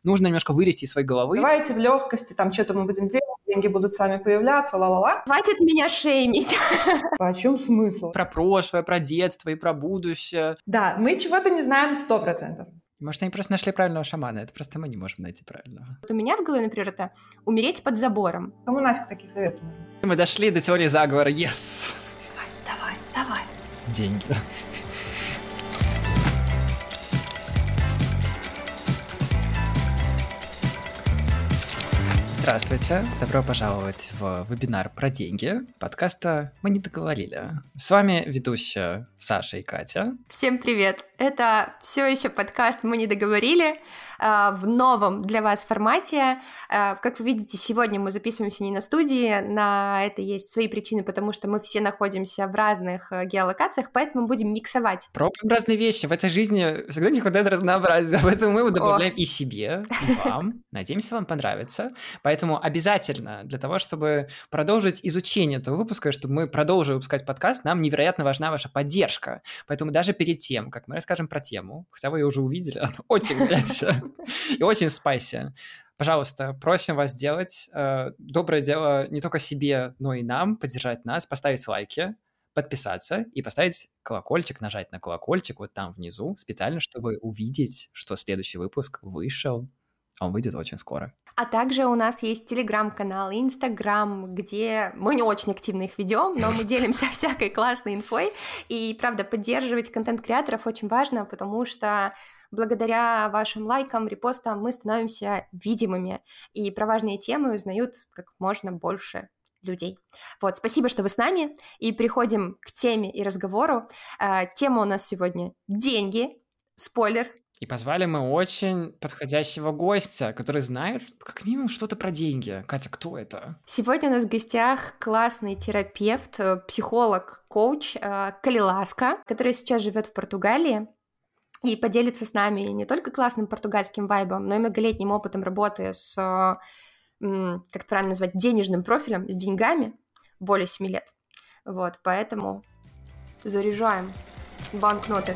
нужно немножко вылезти из своей головы. Давайте в легкости, там что-то мы будем делать, деньги будут сами появляться, ла-ла-ла. Хватит меня шеймить. А о чем смысл? Про прошлое, про детство и про будущее. Да, мы чего-то не знаем 100%. Может, они просто нашли правильного шамана, это просто мы не можем найти правильного. Вот у меня в голове, например, это умереть под забором. Кому нафиг такие советы нужны? Мы дошли до теории заговора, yes! Давай. Деньги. Здравствуйте, добро пожаловать в вебинар про деньги подкаста «Мы не договорили». С вами ведущая Саша и Катя. Всем привет! Это все еще подкаст «Мы не договорили» в новом для вас формате. Как вы видите, сегодня мы записываемся не на студии, на это есть свои причины, потому что мы все находимся в разных геолокациях, поэтому будем миксовать. Пробуем разные вещи. В этой жизни всегда не хватает разнообразия, поэтому мы его добавляем и себе, и вам. Надеемся, вам понравится. Поэтому обязательно для того, чтобы продолжить изучение этого выпуска, чтобы мы продолжили выпускать подкаст, нам невероятно важна ваша поддержка. Поэтому даже перед тем, как мы расскажем про тему, хотя вы ее уже увидели, она очень горячая и очень спайси, пожалуйста, просим вас сделать доброе дело не только себе, но и нам, поддержать нас, поставить лайки, подписаться и поставить колокольчик, нажать на колокольчик вот там внизу, специально, чтобы увидеть, что следующий выпуск вышел. Он выйдет очень скоро. А также у нас есть телеграм-канал и инстаграм, где мы не очень активно их ведем, но мы делимся всякой классной инфой. И, правда, поддерживать контент-креаторов очень важно, потому что благодаря вашим лайкам, репостам мы становимся видимыми, и про важные темы узнают как можно больше людей. Вот, спасибо, что вы с нами, и переходим к теме и разговору. Тема у нас сегодня «Деньги». Спойлер. И позвали мы очень подходящего гостя, который знает как минимум что-то про деньги. Катя, кто это? Сегодня у нас в гостях классный терапевт, психолог, коуч Калиласка, который сейчас живет в Португалии и поделится с нами не только классным португальским вайбом, но и многолетним опытом работы с, как это правильно назвать, денежным профилем, с деньгами более 7 лет. Вот, поэтому заряжаем банкноты.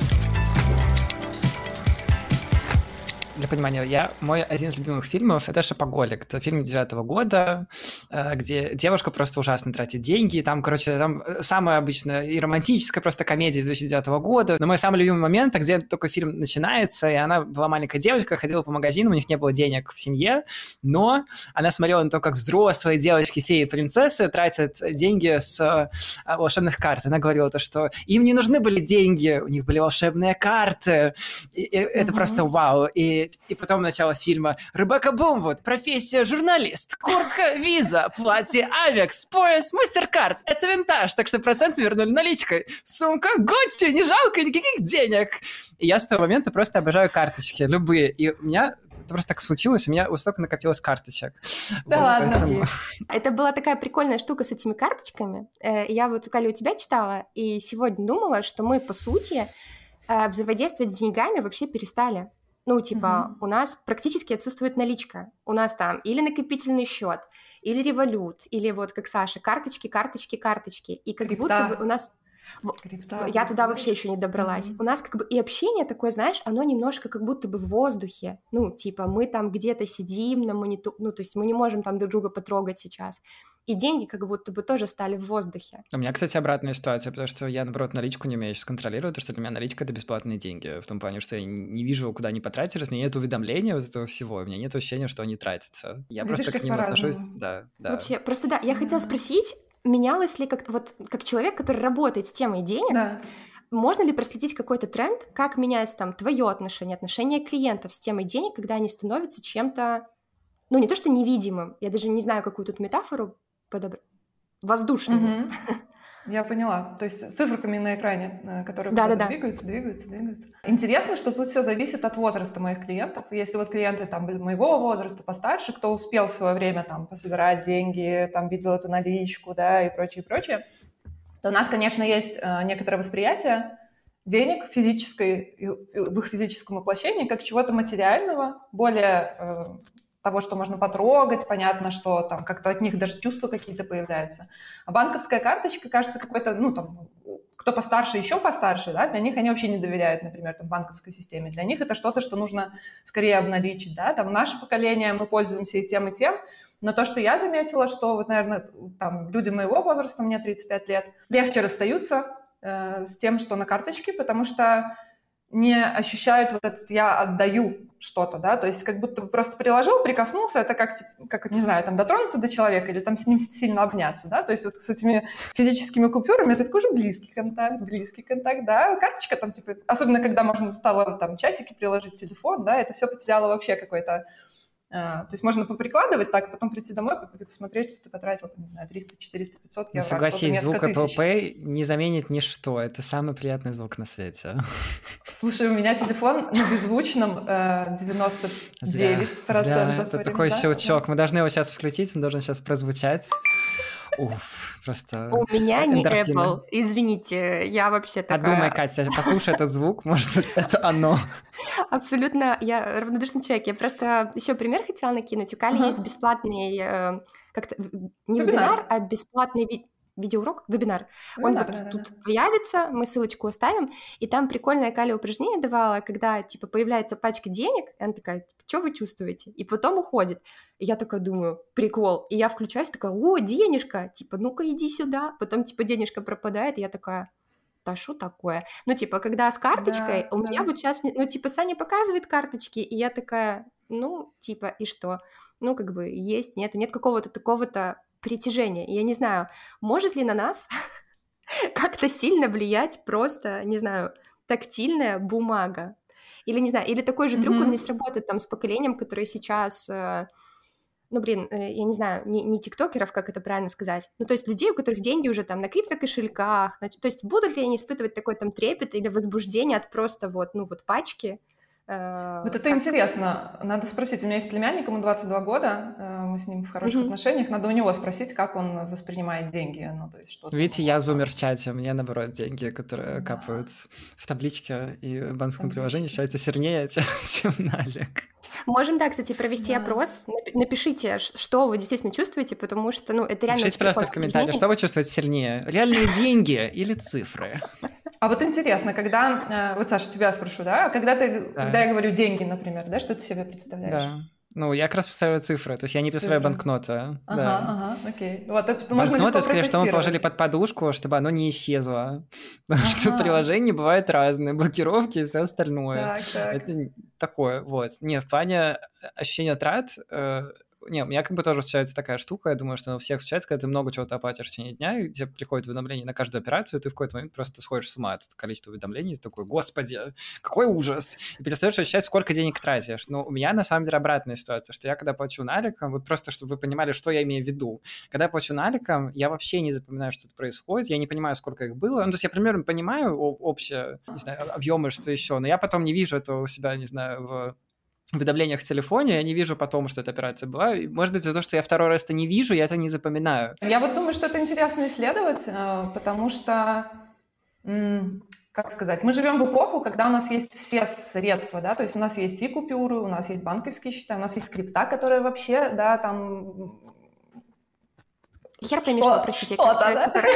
Для понимания, мой один из любимых фильмов — это «Шопоголик». Это фильм 2009 года, где девушка просто ужасно тратит деньги. Там, там самая обычная и романтическая просто комедия 2009 года. Но мой самый любимый момент, где только фильм начинается, и она была маленькая девочка, ходила по магазинам, у них не было денег в семье, но она смотрела на то, как взрослые девочки, феи и принцессы тратят деньги с волшебных карт. Она говорила то, что им не нужны были деньги, у них были волшебные карты. И это просто вау. И потом начало фильма «Ребекка Блумвуд, профессия журналист, куртка Виза, платье Авекс, пояс Мастеркард. Это винтаж, так что процент мы вернули наличкой. Сумка Гуччи, не жалко никаких денег». И я с того момента просто обожаю карточки, любые. И у меня это просто так случилось, у меня столько накопилось карточек. Да вот, ладно. Поэтому... Это была такая прикольная штука с этими карточками. Я вот, Каля, у тебя читала, и сегодня думала, что мы, по сути, взаимодействовать с деньгами вообще перестали. Ну, типа, у нас практически отсутствует наличка. У нас там или накопительный счет, или револют, или вот как Саша, карточки. И как будто бы у нас... Я туда вообще еще не добралась. У нас как бы и общение такое, знаешь, оно немножко как будто бы в воздухе. Ну, типа, мы там где-то сидим на мониторе, ну, то есть мы не можем там друг друга потрогать сейчас. И деньги как будто бы тоже стали в воздухе. У меня, кстати, обратная ситуация, потому что я, наоборот, наличку не умею сейчас контролировать, потому что для меня наличка — это бесплатные деньги, в том плане, что я не вижу, куда они потратились, у меня нет уведомления вот этого всего, у меня нет ощущения, что они тратятся. Я просто к ним отношусь, да. Вообще, просто да, я хотела спросить, менялось ли как человек, который работает с темой денег, можно ли проследить какой-то тренд, как меняется там твое отношение клиентов с темой денег, когда они становятся чем-то, ну, не то что невидимым, я даже не знаю, какую тут метафору подобрать, воздушным. Я поняла. То есть с циферками на экране, которые двигаются. Интересно, что тут все зависит от возраста моих клиентов. Если вот клиенты там моего возраста, постарше, кто успел в свое время там пособирать деньги, там видел эту наличку, да, и прочее, то у нас, конечно, есть некоторое восприятие денег в их физическом воплощении как чего-то материального, более того, что можно потрогать, понятно, что там как-то от них даже чувства какие-то появляются. А банковская карточка, кажется, какой-то, ну, там, кто постарше, еще постарше, да, для них они вообще не доверяют, например, там, банковской системе. Для них это что-то, что нужно скорее обналичить, да, там, наше поколение, мы пользуемся и тем, но то, что я заметила, что вот, наверное, там, люди моего возраста, мне 35 лет, легче расстаются с тем, что на карточке, потому что не ощущают вот этот «я отдаю что-то», да, то есть как будто бы просто приложил, прикоснулся, это как, не знаю, там дотронуться до человека или там с ним сильно обняться, да, то есть вот с этими физическими купюрами это такой же близкий контакт, да, карточка там, типа, особенно когда можно стало там часики приложить, телефон, да, это все потеряло вообще какой-то. То есть можно поприкладывать так, потом прийти домой и посмотреть, что ты потратил, там, не знаю, 300, 400, 500 евро. Согласись, звук Apple Pay не заменит ничто. Это самый приятный звук на свете. Слушай, у меня телефон на беззвучном 99%. Зря. Это такой щелчок. Мы должны его сейчас включить, он должен сейчас прозвучать. Уф, просто... У меня не Apple, извините, я вообще такая... Подумай, Катя, послушай этот звук, может быть, это оно. Абсолютно, я равнодушный человек. Я просто еще пример хотела накинуть. У Кали есть бесплатный, как-то не вебинар, а бесплатный видеоурок, вебинар. Он вот тут появится, мы ссылочку оставим, и там прикольное Каля упражнение давала, когда, типа, появляется пачка денег, и она такая, типа, что вы чувствуете? И потом уходит. И я такая думаю, прикол. И я включаюсь, такая, о, денежка, типа, ну-ка иди сюда. Потом, типа, денежка пропадает, и я такая... Да что такое? Ну, типа, когда с карточкой, у меня вот сейчас, ну, типа, Саня показывает карточки, и я такая, ну, типа, и что? Ну, как бы, есть, нет какого-то такого-то притяжения. И я не знаю, может ли на нас как-то сильно влиять просто, не знаю, тактильная бумага? Или, не знаю, или такой же трюк, он не сработает там с поколением, которое сейчас... Ну, блин, я не знаю, не тиктокеров, как это правильно сказать, ну, то есть людей, у которых деньги уже там на криптокошельках, то есть будут ли они испытывать такой там трепет или возбуждение от просто вот, ну, вот пачки? Вот это интересно, надо спросить, у меня есть племянник, ему 22 года, мы с ним в хороших отношениях, надо у него спросить, как он воспринимает деньги, ну, то есть что-то... Видите, я зумер в чате, мне, наоборот, деньги, которые капают в табличке и в банковском приложении, считается сильнее, чем налик. Можем, да, кстати, провести опрос. Напишите, что вы действительно чувствуете, потому что, ну, это реально... Напишите просто в комментариях, что вы чувствуете сильнее, реальные деньги или цифры? А вот интересно, когда... Вот, Саша, тебя спрошу, да? Когда я говорю деньги, например, да, что ты себе представляешь? Да. Ну, я как раз представляю цифры, то есть я не представляю банкноты. Ага, окей. Вот, это банкноты, скорее, что мы положили под подушку, чтобы оно не исчезло. Потому что в приложении бывают разные блокировки и все остальное. Так. Это такое, вот. Не, в плане ощущения трат... Не, у меня как бы тоже случается такая штука, я думаю, что у всех случается, когда ты много чего-то оплатишь в течение дня, и тебе приходит уведомление на каждую операцию, и ты в какой-то момент просто сходишь с ума от количества уведомлений, и ты такой, господи, какой ужас! И перестаешь ощущать, сколько денег тратишь. Но у меня, на самом деле, обратная ситуация, что я, когда плачу наликом, вот просто, чтобы вы понимали, что я имею в виду, когда я плачу наликом, я вообще не запоминаю, что это происходит, я не понимаю, сколько их было, ну, то есть я примерно понимаю общие, не знаю, объемы, что еще, но я потом не вижу этого у себя, не знаю, в уведомлениях в телефоне, я не вижу потом, что эта операция была. И, может быть, из-за того, что я второй раз это не вижу, я это не запоминаю. Я вот думаю, что это интересно исследовать, потому что, как сказать, мы живем в эпоху, когда у нас есть все средства, да, то есть у нас есть и купюры, у нас есть банковские счета, у нас есть крипта, которая вообще, да, там... Хер пойми, что, простите, как человек, который...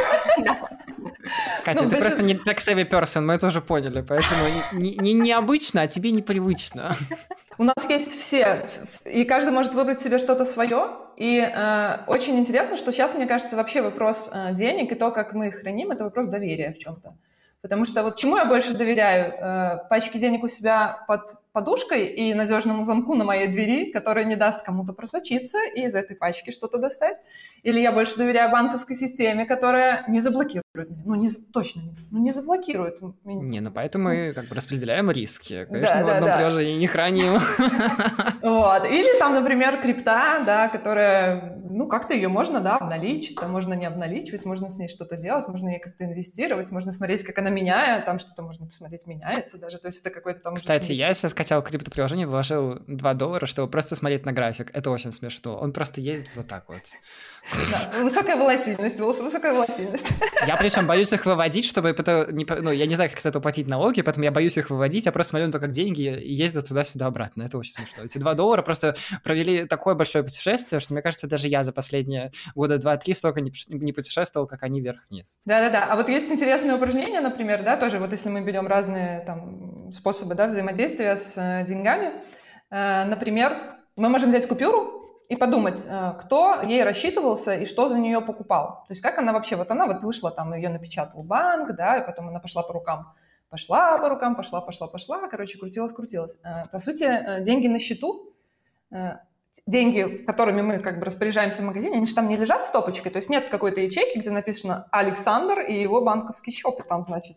Катя, ты просто не так savvy person, мы это уже поняли, поэтому не необычно, а тебе непривычно. У нас есть все, и каждый может выбрать себе что-то свое, и очень интересно, что сейчас, мне кажется, вообще вопрос денег и то, как мы их храним, это вопрос доверия в чем-то. Потому что вот чему я больше доверяю? Пачке денег у себя под подушкой и надежному замку на моей двери, который не даст кому-то просочиться и из этой пачки что-то достать? Или я больше доверяю банковской системе, которая не заблокирует меня? Точно не заблокирует меня. Не, ну поэтому мы как бы распределяем риски. Конечно, в одном приложении не храним. Вот. Или там, например, крипта, да, которая, ну, как-то ее можно, да, обналичить, там можно не обналичивать, можно с ней что-то делать, можно ей как-то инвестировать, можно смотреть, как она меняет, там что-то можно посмотреть, меняется даже, то есть это какой-то там... Кстати, я, если скачал криптоприложение, вложил $2, чтобы просто смотреть на график. Это очень смешно. Он просто ездит вот так вот. Да, высокая волатильность. Я причем боюсь их выводить, чтобы... я не знаю, как с этого платить налоги, поэтому я боюсь их выводить, я просто смотрю на то, как деньги ездят туда-сюда обратно. Это очень смешно. Эти $2 просто провели такое большое путешествие, что, мне кажется, даже я за последние года 2-3 столько не путешествовал, как они вверх-вниз. Да-да-да. А вот есть интересное упражнение, например, да, тоже вот если мы берем разные там способы, да, взаимодействия с деньгами, например, мы можем взять купюру и подумать, кто ей рассчитывался и что за нее покупал. То есть как она вообще, вот она вот вышла, там ее напечатал банк, да, и потом она пошла по рукам, пошла, короче, крутилась. По сути, деньги на счету, деньги, которыми мы как бы распоряжаемся в магазине, они же там не лежат стопочкой, то есть нет какой-то ячейки, где написано Александр и его банковский счет, и там, значит,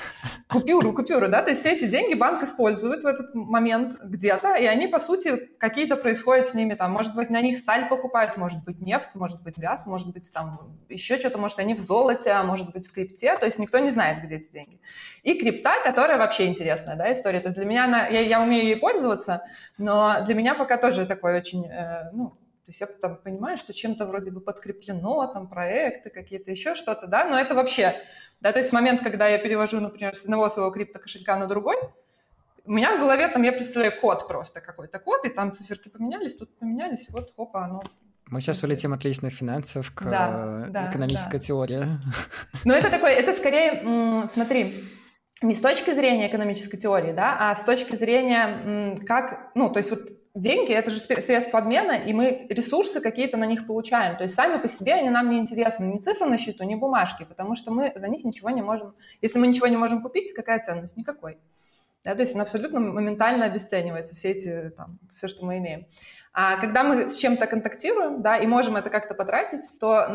купюру, да, то есть все эти деньги банк использует в этот момент где-то, и они, по сути, какие-то происходят с ними, там, может быть, на них сталь покупают, может быть, нефть, может быть, газ, может быть, там, еще что-то, может, они в золоте, а может быть, в крипте, то есть никто не знает, где эти деньги. И крипта, которая вообще интересная, да, история, то есть для меня, я умею ей пользоваться, но для меня пока тоже такой очень, то есть я там понимаю, что чем-то вроде бы подкреплено, там проекты какие-то, еще что-то, да, но это вообще, да, то есть момент, когда я перевожу, например, с одного своего криптокошелька на другой, у меня в голове там, я представляю код просто, какой-то код, и там циферки поменялись, тут поменялись, вот, хопа, оно... Мы сейчас улетим от личных финансов к экономической теории. Но это такое, это скорее, смотри, не с точки зрения экономической теории, да, а с точки зрения, как, то есть вот деньги — это же средства обмена, и мы ресурсы какие-то на них получаем. То есть сами по себе они нам не интересны. Ни цифры на счету, ни бумажки, потому что мы за них ничего не можем... Если мы ничего не можем купить, какая ценность? Никакой. Да, то есть он абсолютно моментально обесценивается, все, что мы имеем. А когда мы с чем-то контактируем, да, и можем это как-то потратить, то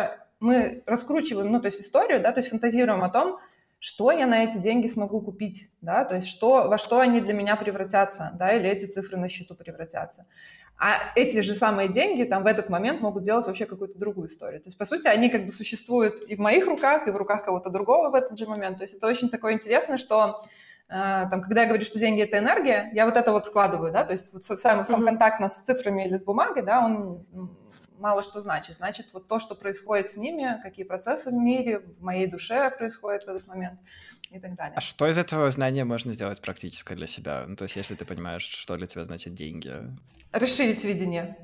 мы раскручиваем, то есть историю, да, то есть фантазируем о том, что я на эти деньги смогу купить, да, то есть во что они для меня превратятся, да, или эти цифры на счету превратятся. А эти же самые деньги там в этот момент могут делать вообще какую-то другую историю. То есть, по сути, они как бы существуют и в моих руках, и в руках кого-то другого в этот же момент. То есть это очень такое интересно, что там, когда я говорю, что деньги — это энергия, я вот это вот вкладываю, да, то есть вот сам контакт нас с цифрами или с бумагой, да, он мало что значит. Значит, вот то, что происходит с ними, какие процессы в мире, в моей душе происходят в этот момент и так далее. А что из этого знания можно сделать практическое для себя? То есть если ты понимаешь, что для тебя значит деньги? Расширить видение.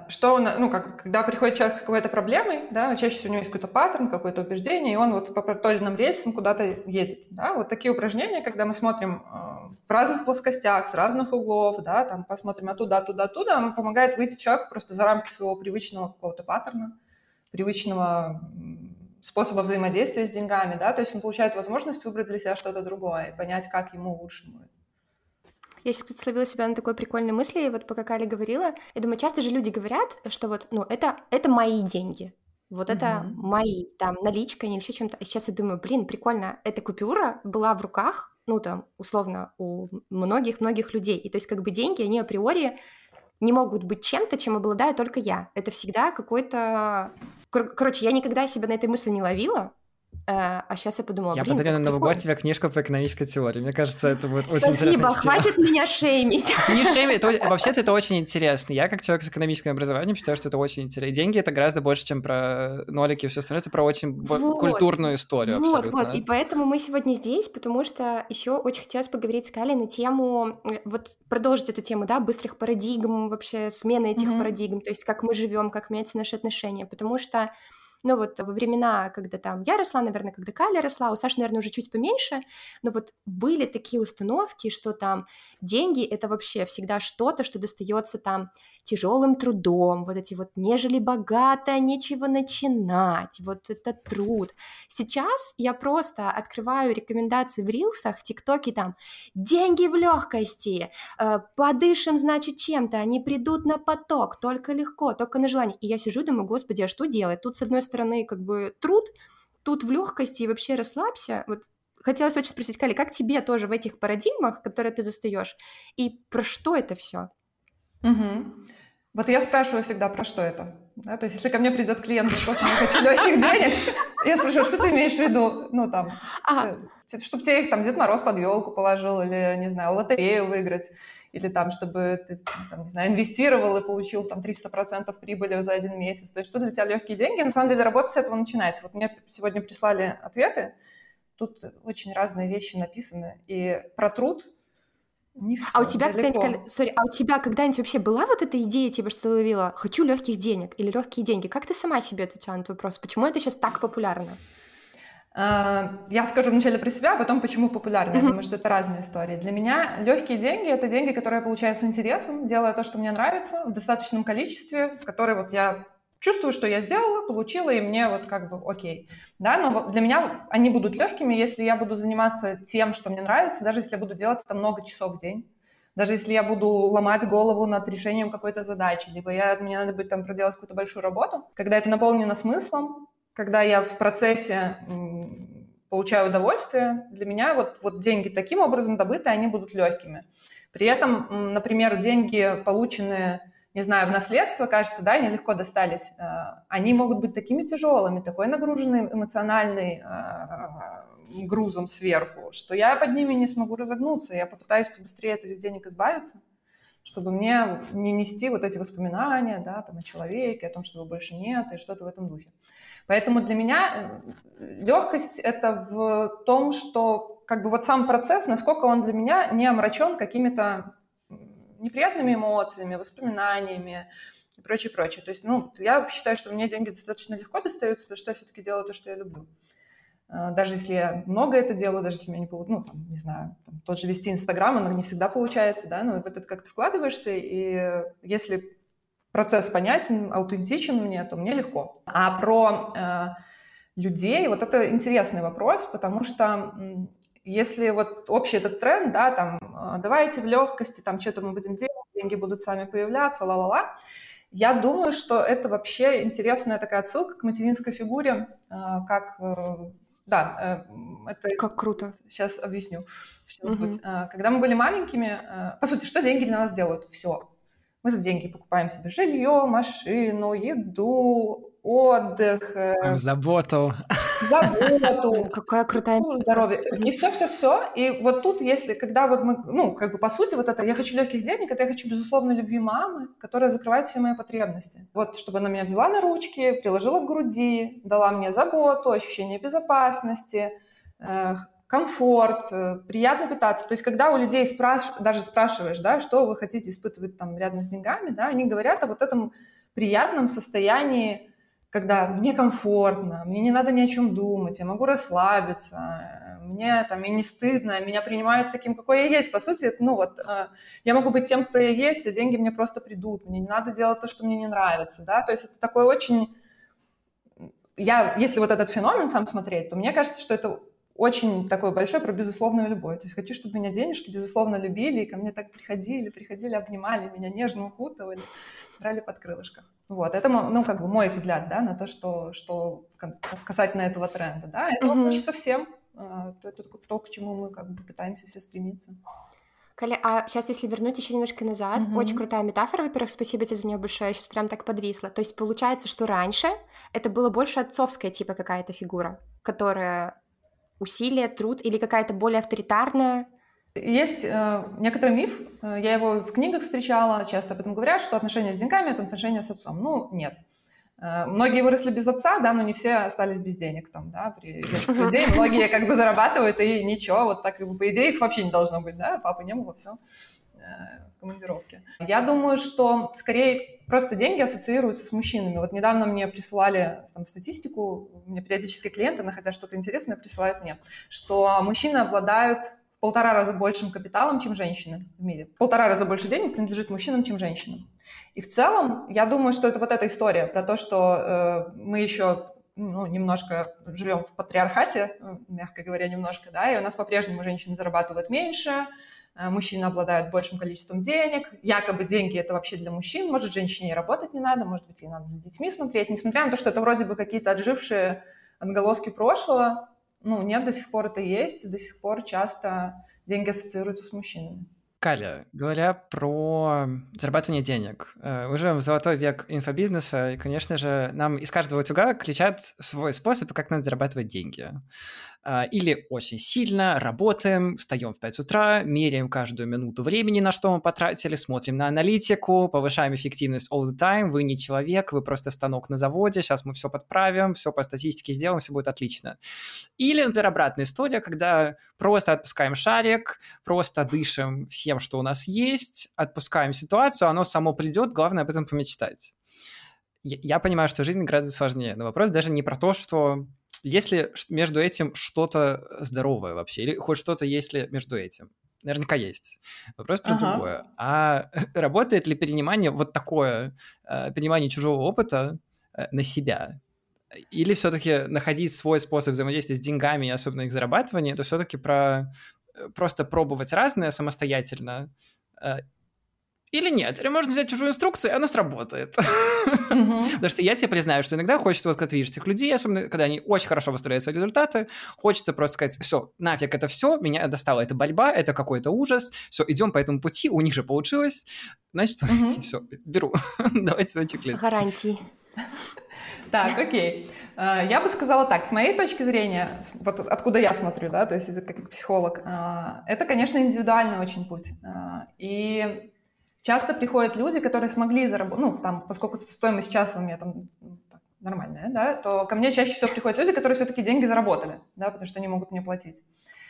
Когда приходит человек с какой-то проблемой, да, чаще всего у него есть какой-то паттерн, какое-то убеждение, и он вот по проторенным рельсам куда-то едет. Да? Вот такие упражнения, когда мы смотрим в разных плоскостях, с разных углов, да, там посмотрим оттуда, он помогает выйти человеку просто за рамки своего привычного какого-то паттерна, привычного способа взаимодействия с деньгами, да, то есть он получает возможность выбрать для себя что-то другое и понять, как ему лучше будет. Я сейчас, кстати, словила себя на такой прикольной мысли, вот пока Каля говорила, я думаю, часто же люди говорят, что вот, это мои деньги, вот это мои, там, наличка или еще чем-то, а сейчас я думаю, прикольно, эта купюра была в руках, условно, у многих-многих людей, и то есть как бы деньги, они априори не могут быть чем-то, чем обладаю только я, это всегда какой-то... Короче, я никогда себя на этой мысли не ловила, а сейчас я подумала, я подарю на Новый год тебе книжку по экономической теории. Мне кажется, это будет очень Спасибо, интересно. хватит меня шеймить. Не шеймить, вообще-то это очень интересно. Я, как человек с экономическим образованием, считаю, что это очень интересно. Деньги — это гораздо больше, чем про нолики и все остальное. Это про очень культурную историю абсолютно. Вот, и поэтому мы сегодня здесь, потому что еще очень хотелось поговорить с Калей на тему, вот продолжить эту тему, да, быстрых парадигм, вообще смены этих парадигм, то есть как мы живем, как меняются наши отношения, потому что вот во времена, когда там я росла, наверное, когда Каля росла, у Саши, наверное, уже чуть поменьше, но вот были такие установки, что там деньги — это вообще всегда что-то, что достается там тяжелым трудом, вот эти вот «нежели богато, нечего начинать», вот это труд. Сейчас я просто открываю рекомендации в рилсах, в ТикТоке там «деньги в легкости», «подышим, значит, чем-то», «они придут на поток», «только легко», «только на желание». И я сижу и думаю, господи, а что делать? Тут, с одной стороны, как бы труд, тут в легкости и вообще расслабься. Вот хотелось очень спросить, Кали, как тебе тоже в этих парадигмах, которые ты застаешь, и про что это все? Вот я спрашиваю всегда, про что это. Да? То есть если ко мне придет клиент, просто не хочу легких денег, я спрашиваю, что ты имеешь в виду? Ну, там, чтобы тебе их там Дед Мороз под елку положил, или, не знаю, лотерею выиграть, или там, чтобы ты, там, не знаю, инвестировал и получил там 300% прибыли за 1 месяц. То есть что для тебя легкие деньги? На самом деле работа с этого начинается. Вот мне сегодня прислали ответы, тут очень разные вещи написаны. И про труд не все, а у тебя когда-нибудь вообще была вот эта идея, типа, что ты ловила «хочу легких денег» или «легкие деньги»? Как ты сама себе отвечала на этот вопрос? Почему это сейчас так популярно? Я скажу вначале про себя, а потом почему популярно. Я думаю, что это разные истории. Для меня легкие деньги — это деньги, которые я получаю с интересом, делая то, что мне нравится, в достаточном количестве, в которое вот я чувствую, что я сделала, получила, и мне вот как бы окей. Да, но для меня они будут легкими, если я буду заниматься тем, что мне нравится, даже если я буду делать это много часов в день. Даже если я буду ломать голову над решением какой-то задачи, либо мне надо будет там проделать какую-то большую работу. Когда это наполнено смыслом, когда я в процессе получаю удовольствие, для меня вот деньги таким образом добытые, они будут легкими. При этом, например, деньги, полученные, не знаю, в наследство, кажется, да, они легко достались, они могут быть такими тяжелыми, такой нагруженный эмоциональный грузом сверху, что я под ними не смогу разогнуться. Я попытаюсь побыстрее от этих денег избавиться, чтобы мне не нести вот эти воспоминания, да, там, о человеке, о том, что его больше нет, и что-то в этом духе. Поэтому для меня легкость — это в том, что как бы вот сам процесс, насколько он для меня не омрачен какими-то неприятными эмоциями, воспоминаниями и прочее, прочее. То есть, я считаю, что мне деньги достаточно легко достаются, потому что я все-таки делаю то, что я люблю. Даже если я много это делаю, даже если у меня не получится, не знаю, тот же вести Инстаграм, он не всегда получается, да, но в это как-то вкладываешься, и если процесс понятен, аутентичен мне, то мне легко. А про людей, вот это интересный вопрос, потому что если вот общий этот тренд, да, там, давайте в легкости, там, что-то мы будем делать, деньги будут сами появляться, ла-ла-ла, я думаю, что это вообще интересная такая отсылка к материнской фигуре, как... Да, это... Как круто. Сейчас объясню. Когда мы были маленькими, по сути, что деньги для нас делают? Все. Мы за деньги покупаем себе жилье, машину, еду, отдых. Заботу. Какая крутая... Здоровье. И все-все-все. И вот тут, когда вот мы, как бы по сути, вот это «я хочу легких денег», это я хочу, безусловно, любви мамы, которая закрывает все мои потребности. Вот, чтобы она меня взяла на ручки, приложила к груди, дала мне заботу, ощущение безопасности, комфорт, приятно питаться. То есть, когда у людей даже спрашиваешь, да, что вы хотите испытывать там рядом с деньгами, да, они говорят о вот этом приятном состоянии, когда мне комфортно, мне не надо ни о чем думать, я могу расслабиться, мне там и не стыдно, меня принимают таким, какой я есть. По сути, я могу быть тем, кто я есть, а деньги мне просто придут, мне не надо делать то, что мне не нравится, да, то есть это такой очень... Если вот этот феномен сам смотреть, то мне кажется, что это очень такой большой про безусловную любовь. То есть хочу, чтобы меня денежки безусловно любили, и ко мне так приходили, обнимали меня, нежно укутывали, брали под крылышко. Вот, это, как бы мой взгляд, да, на то, что касательно этого тренда, да, это хочется всем, это то, к чему мы как бы пытаемся все стремиться. Каля, а сейчас, если вернуть еще немножко назад, очень крутая метафора, во-первых, спасибо тебе за нее большое, я сейчас прям так подвисла. То есть получается, что раньше это было больше отцовская типа какая-то фигура, которая усилие, труд или какая-то более авторитарная? Есть некоторый миф, я его в книгах встречала, часто об этом говорят, что отношения с деньгами — это отношения с отцом. Нет. Многие выросли без отца, да, но не все остались без денег там, да, при людей. Многие как бы зарабатывают, и ничего, вот так, по идее, их вообще не должно быть, да, папы не было, все, в командировке. Я думаю, что скорее просто деньги ассоциируются с мужчинами. Вот недавно мне присылали там статистику, у меня периодически клиенты, находя что-то интересное, присылают мне, что мужчины обладают в 1,5 раза большим капиталом, чем женщины в мире. В 1,5 раза больше денег принадлежит мужчинам, чем женщинам. И в целом, я думаю, что это вот эта история про то, что мы еще немножко живем в патриархате, мягко говоря, немножко, да, и у нас по-прежнему женщины зарабатывают меньше, мужчины обладают большим количеством денег, якобы деньги — это вообще для мужчин, может, женщине работать не надо, может быть, ей надо за детьми смотреть, несмотря на то, что это вроде бы какие-то отжившие отголоски прошлого, нет, до сих пор это есть, до сих пор часто деньги ассоциируются с мужчинами. Каля, говоря про зарабатывание денег, мы живем в золотой век инфобизнеса, и, конечно же, нам из каждого утюга кричат свой способ, как надо зарабатывать деньги. Или очень сильно работаем, встаем в 5 утра, меряем каждую минуту времени, на что мы потратили, смотрим на аналитику, повышаем эффективность all the time, вы не человек, вы просто станок на заводе, сейчас мы все подправим, все по статистике сделаем, все будет отлично. Или, например, обратная история, когда просто отпускаем шарик, просто дышим всем, что у нас есть, отпускаем ситуацию, оно само придет, главное об этом помечтать. Я понимаю, что жизнь гораздо сложнее, но вопрос даже не про то, что есть ли между этим что-то здоровое вообще, или хоть что-то есть ли между этим. Наверняка есть. Вопрос про другое. А работает ли перенимание, вот такое перенимание чужого опыта на себя? Или все-таки находить свой способ взаимодействия с деньгами, особенно их зарабатывания, это все-таки про просто пробовать разное самостоятельно? Или нет? Или можно взять чужую инструкцию, и она сработает. Потому что я тебе признаю, что иногда хочется, вот когда видишь этих людей, особенно когда они очень хорошо выставляют свои результаты, хочется просто сказать: все, нафиг это все, меня достала эта борьба, это какой-то ужас, все, идем по этому пути, у них же получилось, значит, все, беру. Давайте свой чек-лист. Гарантии. Так, окей. Я бы сказала так, с моей точки зрения, вот откуда я смотрю, да, то есть как психолог, это, конечно, индивидуальный очень путь. И часто приходят люди, которые смогли заработать, ну, там, поскольку стоимость часа у меня там нормальная, да, то ко мне чаще всего приходят люди, которые все-таки деньги заработали, да, потому что они могут мне платить.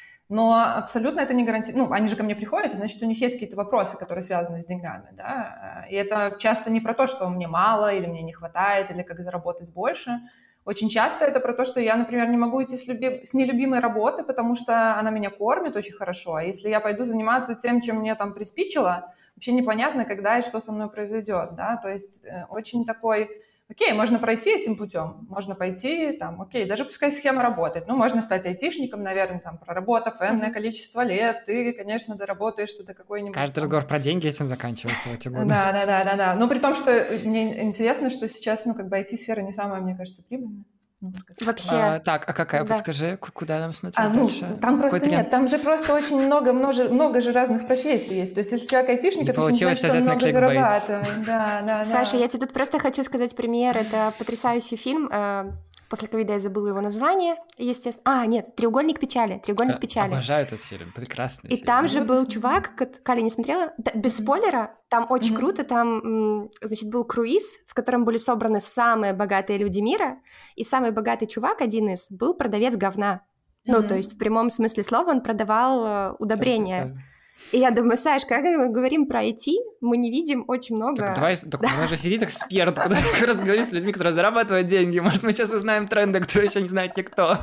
Но абсолютно это не гарантирует, ну, они же ко мне приходят, и, значит, у них есть какие-то вопросы, которые связаны с деньгами, да, и это часто не про то, что мне мало, или мне не хватает, или как заработать больше. Очень часто это про то, что я, например, не могу идти с нелюбимой работы, потому что она меня кормит очень хорошо, а если я пойду заниматься тем, чем мне там приспичило, вообще непонятно, когда и что со мной произойдет, да, то есть очень такой... Окей, можно пройти этим путем, можно пойти, там, окей, даже пускай схема работает, ну, можно стать айтишником, наверное, там, проработав энное количество лет, ты, конечно, доработаешься до какой-нибудь... Каждый разговор про деньги этим заканчивается в эти годы. Да. Ну, при том, что мне интересно, что сейчас, ну, как бы IT-сфера не самая, мне кажется, прибыльная. Вообще. Так, а какая? Да. Подскажи, куда нам смотреть дальше? Там просто тренд? Нет, там же просто очень много же разных профессий есть. То есть, если человек айтишник, это не значит, что он много зарабатывает. Да. Саша, я тебе тут просто хочу сказать пример. Это потрясающий фильм. После ковида я забыла его название, естественно. Нет, «Треугольник печали». «Треугольник печали». Обожаю этот фильм, прекрасный фильм. И там же был чувак, Каля не смотрела? Без спойлера, там очень круто, там, значит, был круиз, в котором были собраны самые богатые люди мира, и самый богатый чувак, один из, был продавец говна. Ну, то есть в прямом смысле слова он продавал удобрения. И я думаю, Саш, когда мы говорим про IT, мы не видим очень много... Так у нас же сидит эксперт, который как раз говорит с людьми, которые зарабатывают деньги. Может, мы сейчас узнаем тренды, которые еще не знают никто.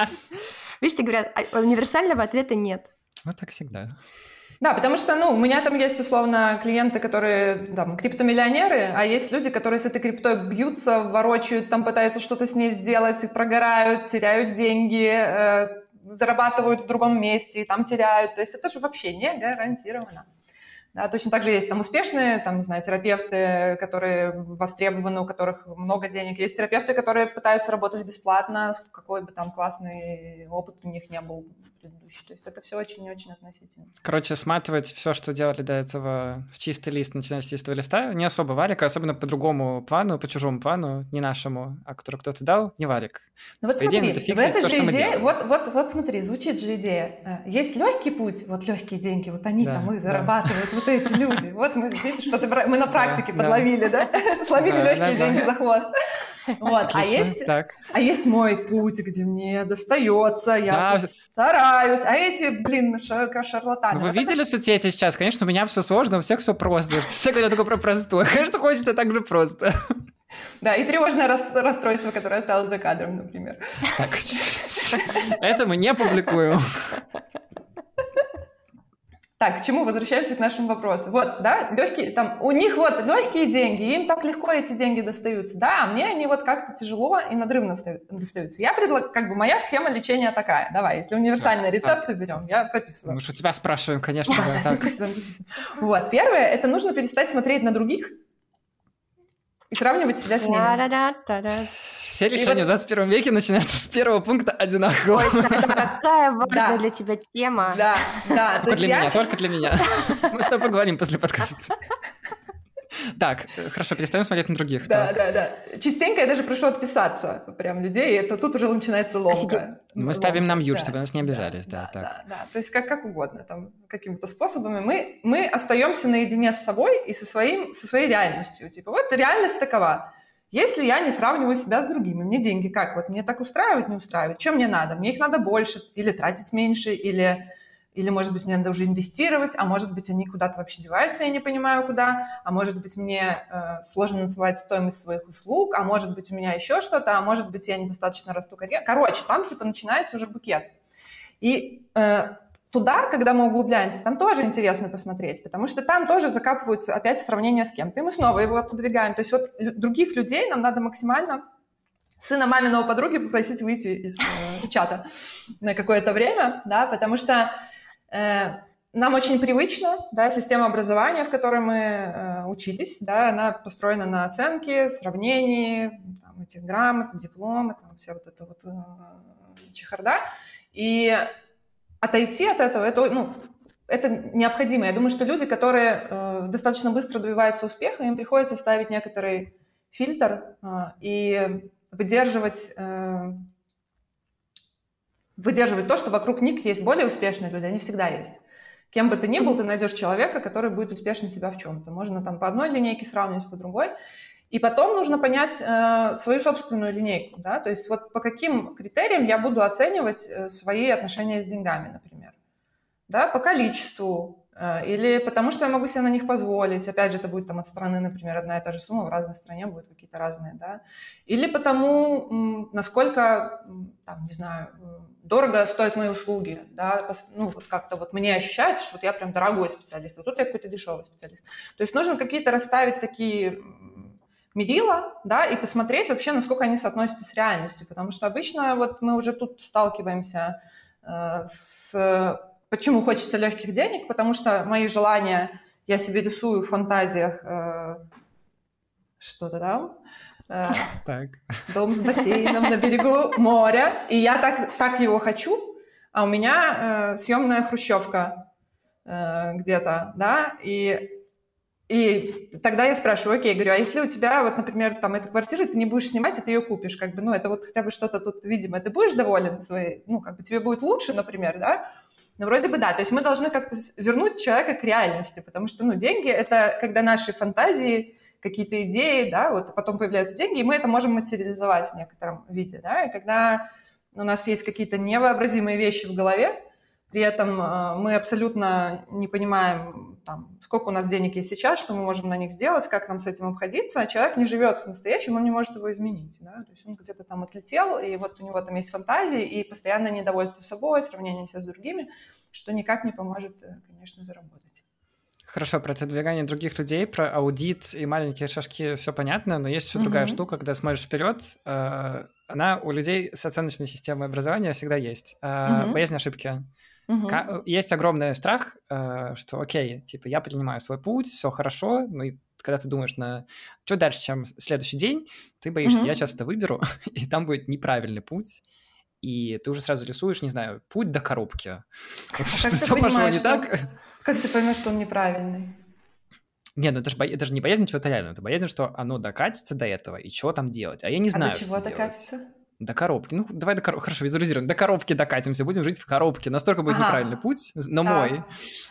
Видите, говорят, универсального ответа нет. Вот так всегда. Да, потому что, у меня там есть, условно, клиенты, которые, там, криптомиллионеры, а есть люди, которые с этой криптой бьются, ворочают, там, пытаются что-то с ней сделать, прогорают, теряют деньги, зарабатывают в другом месте и там теряют. То есть это же вообще не гарантированно. Да, точно так же есть там успешные, там, не знаю, терапевты, которые востребованы, у которых много денег. Есть терапевты, которые пытаются работать бесплатно, какой бы там классный опыт у них не был предыдущий. То есть это все очень-очень относительно. Короче, сматывать все, что делали до этого в чистый лист, начиная с чистого листа, не особо валик, особенно по другому плану, по чужому плану, не нашему, а который кто-то дал, не валик. Ну вот смотри, в этой же идее, вот смотри, звучит же идея. Есть легкий путь, вот легкие деньги, вот они там их зарабатывают, вот эти люди. Вот мы, видишь, что мы на практике подловили, да? Словили легкие деньги за хвост. Вот. А есть мой путь, где мне достается, я стараюсь. А эти, шарлатаны. Вы видели соцсети сейчас? Конечно, у меня все сложно, у всех все просто. Все говорят только про простое. Конечно, хочется так же просто. Да, и тревожное расстройство, которое осталось за кадром, например. Так, это мы не публикуем. Так, к чему? Возвращаемся к нашему вопросу. Вот, да, легкие, там, у них вот легкие деньги, им так легко эти деньги достаются. Да, мне они вот как-то тяжело и надрывно достаются. Я предлагаю, как бы моя схема лечения такая. Давай, если универсальные рецепты берем, я прописываю. Мы же у тебя спрашиваем, конечно. Да, записываем. Вот, первое, это нужно перестать смотреть на других и сравнивать себя с ними. Все решения в 21 веке начинаются с первого пункта одинаково. Ой, Саша, какая важная для тебя тема. Да. Только для меня, только для меня. Мы с тобой поговорим после подкаста. Так, хорошо, перестаем смотреть на других. Да. Частенько я даже прошу отписаться прям людей, и это тут уже начинается ломка. Мы ставим на мьют, чтобы нас не обижались. Да. То есть как угодно, там, какими-то способами. Мы остаемся наедине с собой и со своей реальностью. Типа, вот реальность такова. Если я не сравниваю себя с другими, мне деньги как? Вот мне так устраивает, не устраивает? Чем мне надо? Мне их надо больше или тратить меньше, или, может быть, мне надо уже инвестировать, а может быть, они куда-то вообще деваются, я не понимаю, куда, а может быть, мне сложно называть стоимость своих услуг, а может быть, у меня еще что-то, а может быть, я недостаточно расту карьеру. Короче, там, типа, начинается уже букет. И туда, когда мы углубляемся, там тоже интересно посмотреть, потому что там тоже закапываются опять сравнения с кем-то, и мы снова его отодвигаем. То есть вот других людей нам надо максимально сына маминого подруги попросить выйти из чата на какое-то время, да, потому что нам очень привычно, да, система образования, в которой мы учились, да, она построена на оценке, сравнении, там, этих грамот, дипломы, там, вся вот эта вот чехарда. И отойти от этого, это необходимо. Я думаю, что люди, которые достаточно быстро добиваются успеха, им приходится ставить некоторый фильтр и выдерживать то, что вокруг них есть более успешные люди, они всегда есть. Кем бы ты ни был, ты найдешь человека, который будет успешнее тебя в чем-то. Можно там по одной линейке сравнивать, по другой. И потом нужно понять свою собственную линейку, да, то есть вот по каким критериям я буду оценивать свои отношения с деньгами, например, да, по количеству, или потому что я могу себе на них позволить, опять же, это будет там от страны, например, одна и та же сумма, в разной стране будут какие-то разные, да, или потому, насколько, там, не знаю, дорого стоят мои услуги, да, вот как-то вот мне ощущается, что вот я прям дорогой специалист, а тут я какой-то дешевый специалист. То есть нужно какие-то расставить такие мерила, да, и посмотреть вообще, насколько они соотносятся с реальностью, потому что обычно вот мы уже тут сталкиваемся с... Почему хочется легких денег? Потому что мои желания я себе рисую в фантазиях что-то там, дом с бассейном на берегу моря, и я так его хочу, а у меня съемная хрущевка где-то, да, и тогда я спрашиваю, окей, говорю, а если у тебя, вот, например, там эту квартиру ты не будешь снимать, и ты ее купишь, как бы, это вот хотя бы что-то тут видимо, ты будешь доволен своей, как бы тебе будет лучше, например, да? Ну, вроде бы да, то есть мы должны как-то вернуть человека к реальности, потому что, деньги — это когда наши фантазии, какие-то идеи, да, вот потом появляются деньги, и мы это можем материализовать в некотором виде, да, и когда у нас есть какие-то невообразимые вещи в голове, при этом мы абсолютно не понимаем, там, сколько у нас денег есть сейчас, что мы можем на них сделать, как нам с этим обходиться, а человек не живет в настоящем, он не может его изменить, да? То есть он где-то там отлетел, и вот у него там есть фантазии и постоянное недовольство собой, сравнение себя с другими, что никак не поможет, конечно, заработать. Хорошо, про отодвигание других людей, про аудит и маленькие шажки все понятно, но есть еще другая штука, когда смотришь вперед, она у людей с оценочной системой образования всегда есть. Боязнь ошибки. Есть огромный страх, что окей, типа я принимаю свой путь, все хорошо, и когда ты думаешь что дальше, чем следующий день, ты боишься, я сейчас это выберу, и там будет неправильный путь, и ты уже сразу рисуешь, не знаю, путь до коробки. Что все пошло не так? Как ты поймешь, что он неправильный? Не, это же не боязнь чего-то реального, это боязнь, что оно докатится до этого, и что там делать. А я не знаю, до чего докатится? До коробки. Давай до коробки. Хорошо, визуализируем. До коробки докатимся, будем жить в коробке. Настолько будет неправильный путь, но мой.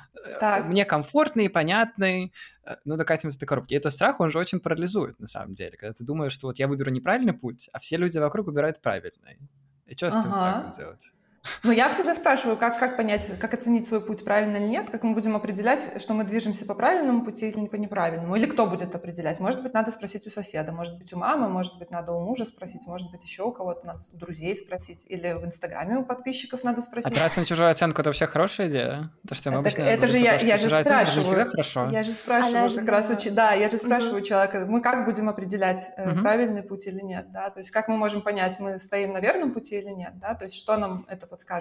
Мне комфортный, понятный, докатимся до коробки. И этот страх, он же очень парализует, на самом деле. Когда ты думаешь, что вот я выберу неправильный путь, а все люди вокруг выбирают правильный. И что с этим страхом делать? Я всегда спрашиваю, как понять, как оценить свой путь, правильно или нет, как мы будем определять, что мы движемся по правильному пути или по неправильному, или кто будет определять. Может быть, надо спросить у соседа, может быть, у мамы, может быть, надо у мужа спросить, может быть, еще у кого-то, надо у друзей спросить, или в Инстаграме у подписчиков надо спросить. Опираться на чужую оценку — это вообще хорошая идея? Это же я же спрашиваю. Я же спрашиваю как раз, я же спрашиваю человека, мы как будем определять, правильный путь или нет, да, то есть как мы можем понять, мы стоим на верном пути или нет, да, то есть что нам это подскажет?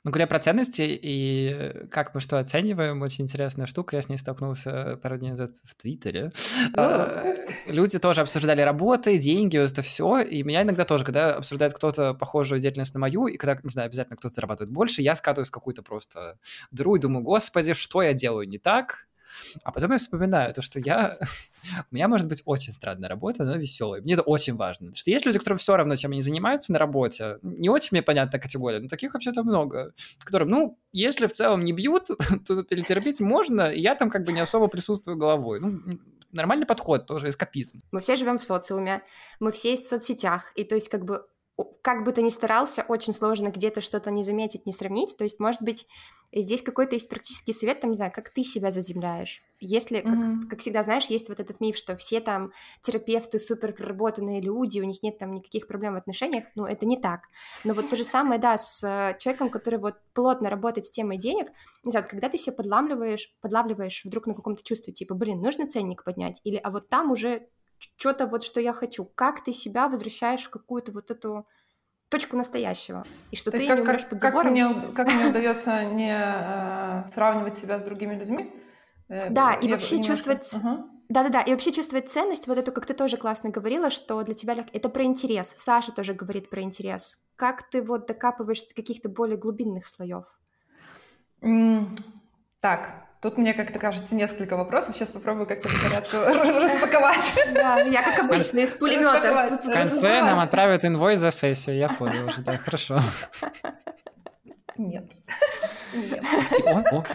Ну, говоря про ценности и как мы что оцениваем, очень интересная штука. Я с ней столкнулся пару дней назад в Твиттере. Люди тоже обсуждали работы, деньги, вот это все. И меня иногда тоже, когда обсуждает кто-то похожую деятельность на мою, и когда, не знаю, обязательно кто-то зарабатывает больше, я скатываюсь в какую-то просто дыру и думаю, господи, что я делаю не так? А потом я вспоминаю то, что у меня может быть очень странная работа, но веселая. Мне это очень важно. Потому что есть люди, которые все равно, чем они занимаются на работе. Не очень мне понятна категория, но таких вообще-то много. Которым, если в целом не бьют, то перетерпеть можно, и я там как бы не особо присутствую головой. Нормальный подход тоже, эскапизм. Мы все живем в социуме, мы все есть в соцсетях, и то есть как бы ты ни старался, очень сложно где-то что-то не заметить, не сравнить. То есть, может быть, здесь какой-то есть практический совет, там, не знаю, как ты себя заземляешь. Если, как всегда, знаешь, есть вот этот миф, что все там терапевты, супер проработанные люди, у них нет там никаких проблем в отношениях, это не так. Но вот то же самое, да, с человеком, который вот плотно работает с темой денег, не знаю, когда ты себя подлавливаешь вдруг на каком-то чувстве, типа, нужно ценник поднять, или а вот там уже что-то вот, что я хочу. Как ты себя возвращаешь в какую-то вот эту точку настоящего? И что ты не умрёшь под забором. Как мне удается не сравнивать себя с другими людьми? Да, и вообще чувствовать... Да-да-да, и вообще чувствовать ценность, вот эту, как ты тоже классно говорила, что для тебя это про интерес. Саша тоже говорит про интерес. Как ты вот докапываешься до каких-то более глубинных слоев? Так, тут мне как-то кажется несколько вопросов. Сейчас попробую как-то по порядку распаковать. Да, я как обычно из пулемета. В конце нам отправят инвойс за сессию, я понял уже, да, хорошо. Нет. Спасибо.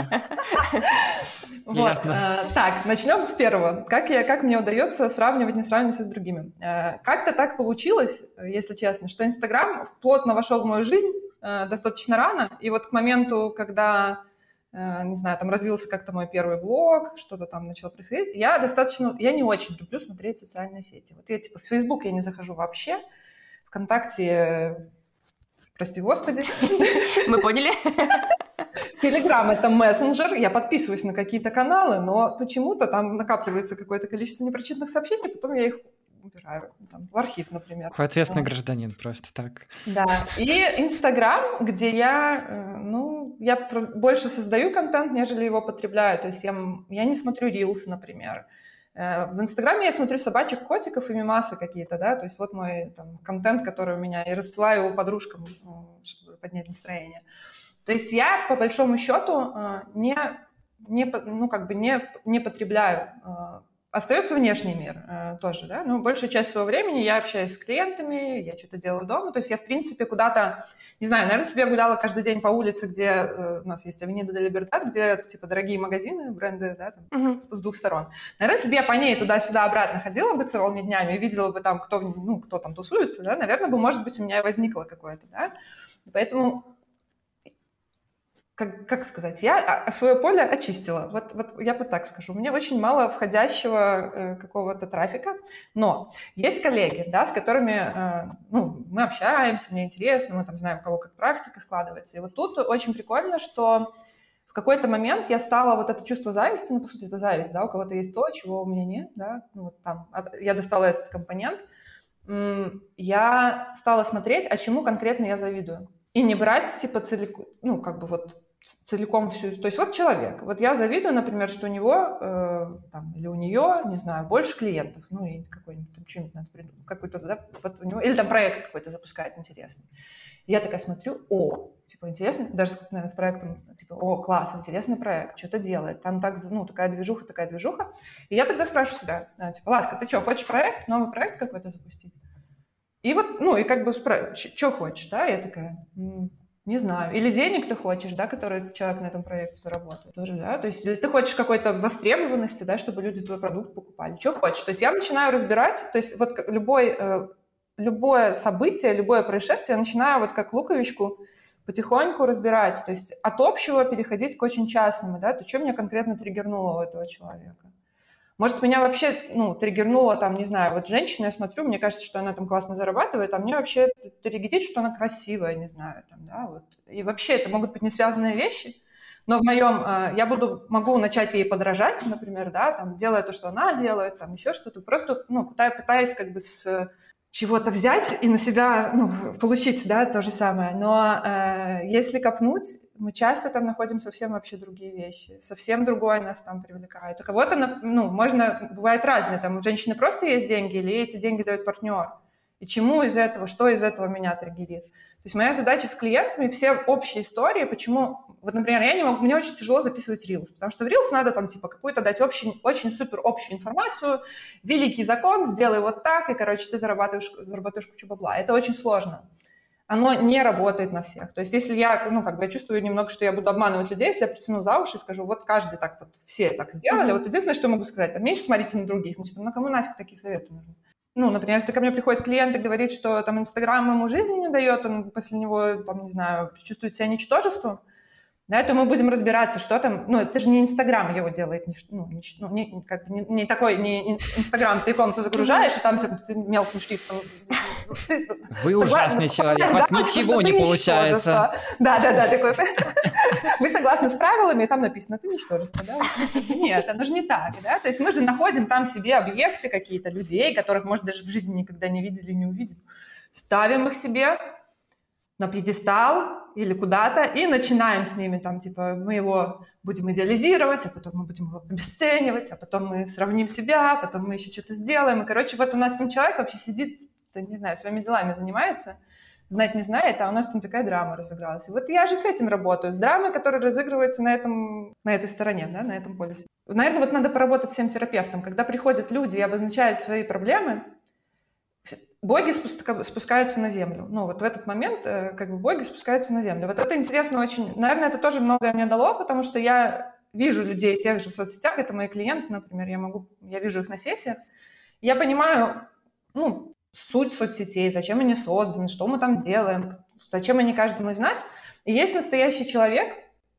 Вот. Так, начнем с первого. Как мне удается сравнивать, не сравниваться с другими? Как-то так получилось, если честно, что Инстаграм плотно вошел в мою жизнь достаточно рано, и вот к моменту, когда, не знаю, там развился как-то мой первый блог, что-то там начало происходить, я не очень люблю смотреть социальные сети. Вот я типа в Facebook я не захожу вообще, ВКонтакте, прости господи. Мы поняли. Телеграм — это мессенджер, я подписываюсь на какие-то каналы, но почему-то там накапливается какое-то количество непрочитанных сообщений, потом я их убираю там, в архив, например. Какой ответственный гражданин, просто так. Да, и Инстаграм, где я больше создаю контент, нежели его потребляю, то есть я не смотрю рилсы, например. В Инстаграме я смотрю собачек, котиков и мемасы какие-то, да, то есть вот мой там контент, который у меня, и рассылаю его подружкам, чтобы поднять настроение. То есть я, по большому счету, не потребляю. Остается внешний мир тоже, да, но большую часть своего времени я общаюсь с клиентами, я что-то делаю дома, то есть я, в принципе, куда-то, не знаю, наверное, себе гуляла каждый день по улице, где у нас есть Авенида де Либертад, где, типа, дорогие магазины, бренды, да, там, с двух сторон. Наверное, себе по ней туда-сюда обратно ходила бы целыми днями и видела бы там, кто там тусуется, да, наверное, может быть, у меня и возникло какое-то, да, поэтому... Как сказать, я свое поле очистила. Вот я бы так скажу. У меня очень мало входящего какого-то трафика, но есть коллеги, да, с которыми мы общаемся, мне интересно, мы там знаем, у кого как практика складывается. И вот тут очень прикольно, что в какой-то момент я стала вот это чувство зависти, по сути, это зависть, да, у кого-то есть то, чего у меня нет, да, я достала этот компонент, я стала смотреть, а чему конкретно я завидую. И не брать, типа, целиком, целиком всю... То есть вот человек. Вот я завидую, например, что у него или у нее, не знаю, больше клиентов. И какой-нибудь там что-нибудь надо придумать. Какой-то, да, вот у него... Или там проект какой-то запускает интересный. И я такая смотрю, интересно, даже, наверное, с проектом, класс, интересный проект, что-то делает. Там такая движуха. И я тогда спрашиваю себя, Ласка, ты что, хочешь новый проект какой-то запустить? И вот, и как бы что хочешь, да? Я такая... Не знаю. Или денег ты хочешь, да, который человек на этом проекте заработает. Тоже, да. То есть, или ты хочешь какой-то востребованности, да, чтобы люди твой продукт покупали. Что хочешь. То есть я начинаю разбирать, то есть вот любое событие, любое происшествие я начинаю вот как луковичку потихоньку разбирать. То есть от общего переходить к очень частному, да, то, что меня конкретно триггернуло у этого человека. Может, меня вообще, триггернуло, там, не знаю, вот женщина, я смотрю, мне кажется, что она там классно зарабатывает, а мне вообще триггерит, что она красивая, не знаю, там, да, вот. И вообще это могут быть не связанные вещи, но в моем, я могу начать ей подражать, например, да, там, делая то, что она делает, там, еще что-то, просто, пытаясь как бы чего-то взять и на себя, ну, получить, да, то же самое. Но если копнуть, мы часто там находим совсем вообще другие вещи, совсем другое нас там привлекает. У кого-то, ну, бывает разное, там у женщины просто есть деньги, или эти деньги дает партнер. И чему из этого, что из этого меня триггерит. То есть моя задача с клиентами, все общие истории, почему... Вот, например, мне очень тяжело записывать Reels, потому что в Reels надо там, типа, какую-то дать очень супер общую информацию, великий закон, сделай вот так, и, короче, ты заработаешь кучу бабла. Это очень сложно. Оно не работает на всех. То есть если я, ну, как бы я чувствую немного, что я буду обманывать людей, если я притяну за уши и скажу, вот каждый так вот, все так сделали, вот единственное, что могу сказать, там, меньше смотрите на других, ну, типа, ну, кому нафиг такие советы нужны? Ну, например, если ко мне приходит клиент и говорит, что там Инстаграм ему жизни не дает, он после него, там, не знаю, чувствует себя ничтожеством, да, то мы будем разбираться, что там, ну, это же не Инстаграм его делает, не такой, не Инстаграм, ты иконку загружаешь, и там ты мелким шрифтом... Вы ужасный человек, у вас ничего не получается. Да, такой... Вы согласны с правилами, и там написано, ты ничтожество, да? Нет, оно же не так, да? То есть мы же находим там себе объекты какие-то, людей, которых, может, даже в жизни никогда не видели, не увидели. Ставим их себе на пьедестал или куда-то и начинаем с ними там, типа, мы его будем идеализировать, а потом мы будем его обесценивать, а потом мы сравним себя, а потом мы еще что-то сделаем. И, короче, вот у нас там человек вообще сидит, не знаю, своими делами занимается, знать не знает, а у нас там такая драма разыгралась. И вот я же с этим работаю, с драмой, которая разыгрывается на этой стороне, да, на этом полюсе. Наверное, вот надо поработать всем терапевтам. Когда приходят люди и обозначают свои проблемы, боги спускаются на землю. Ну, вот в этот момент как бы боги спускаются на землю. Вот это интересно очень. Наверное, это тоже многое мне дало, потому что я вижу людей тех же в соцсетях, это мои клиенты, например, я вижу их на сессиях, я понимаю, ну, суть соцсетей, зачем они созданы, что мы там делаем, зачем они каждому из нас. И есть настоящий человек,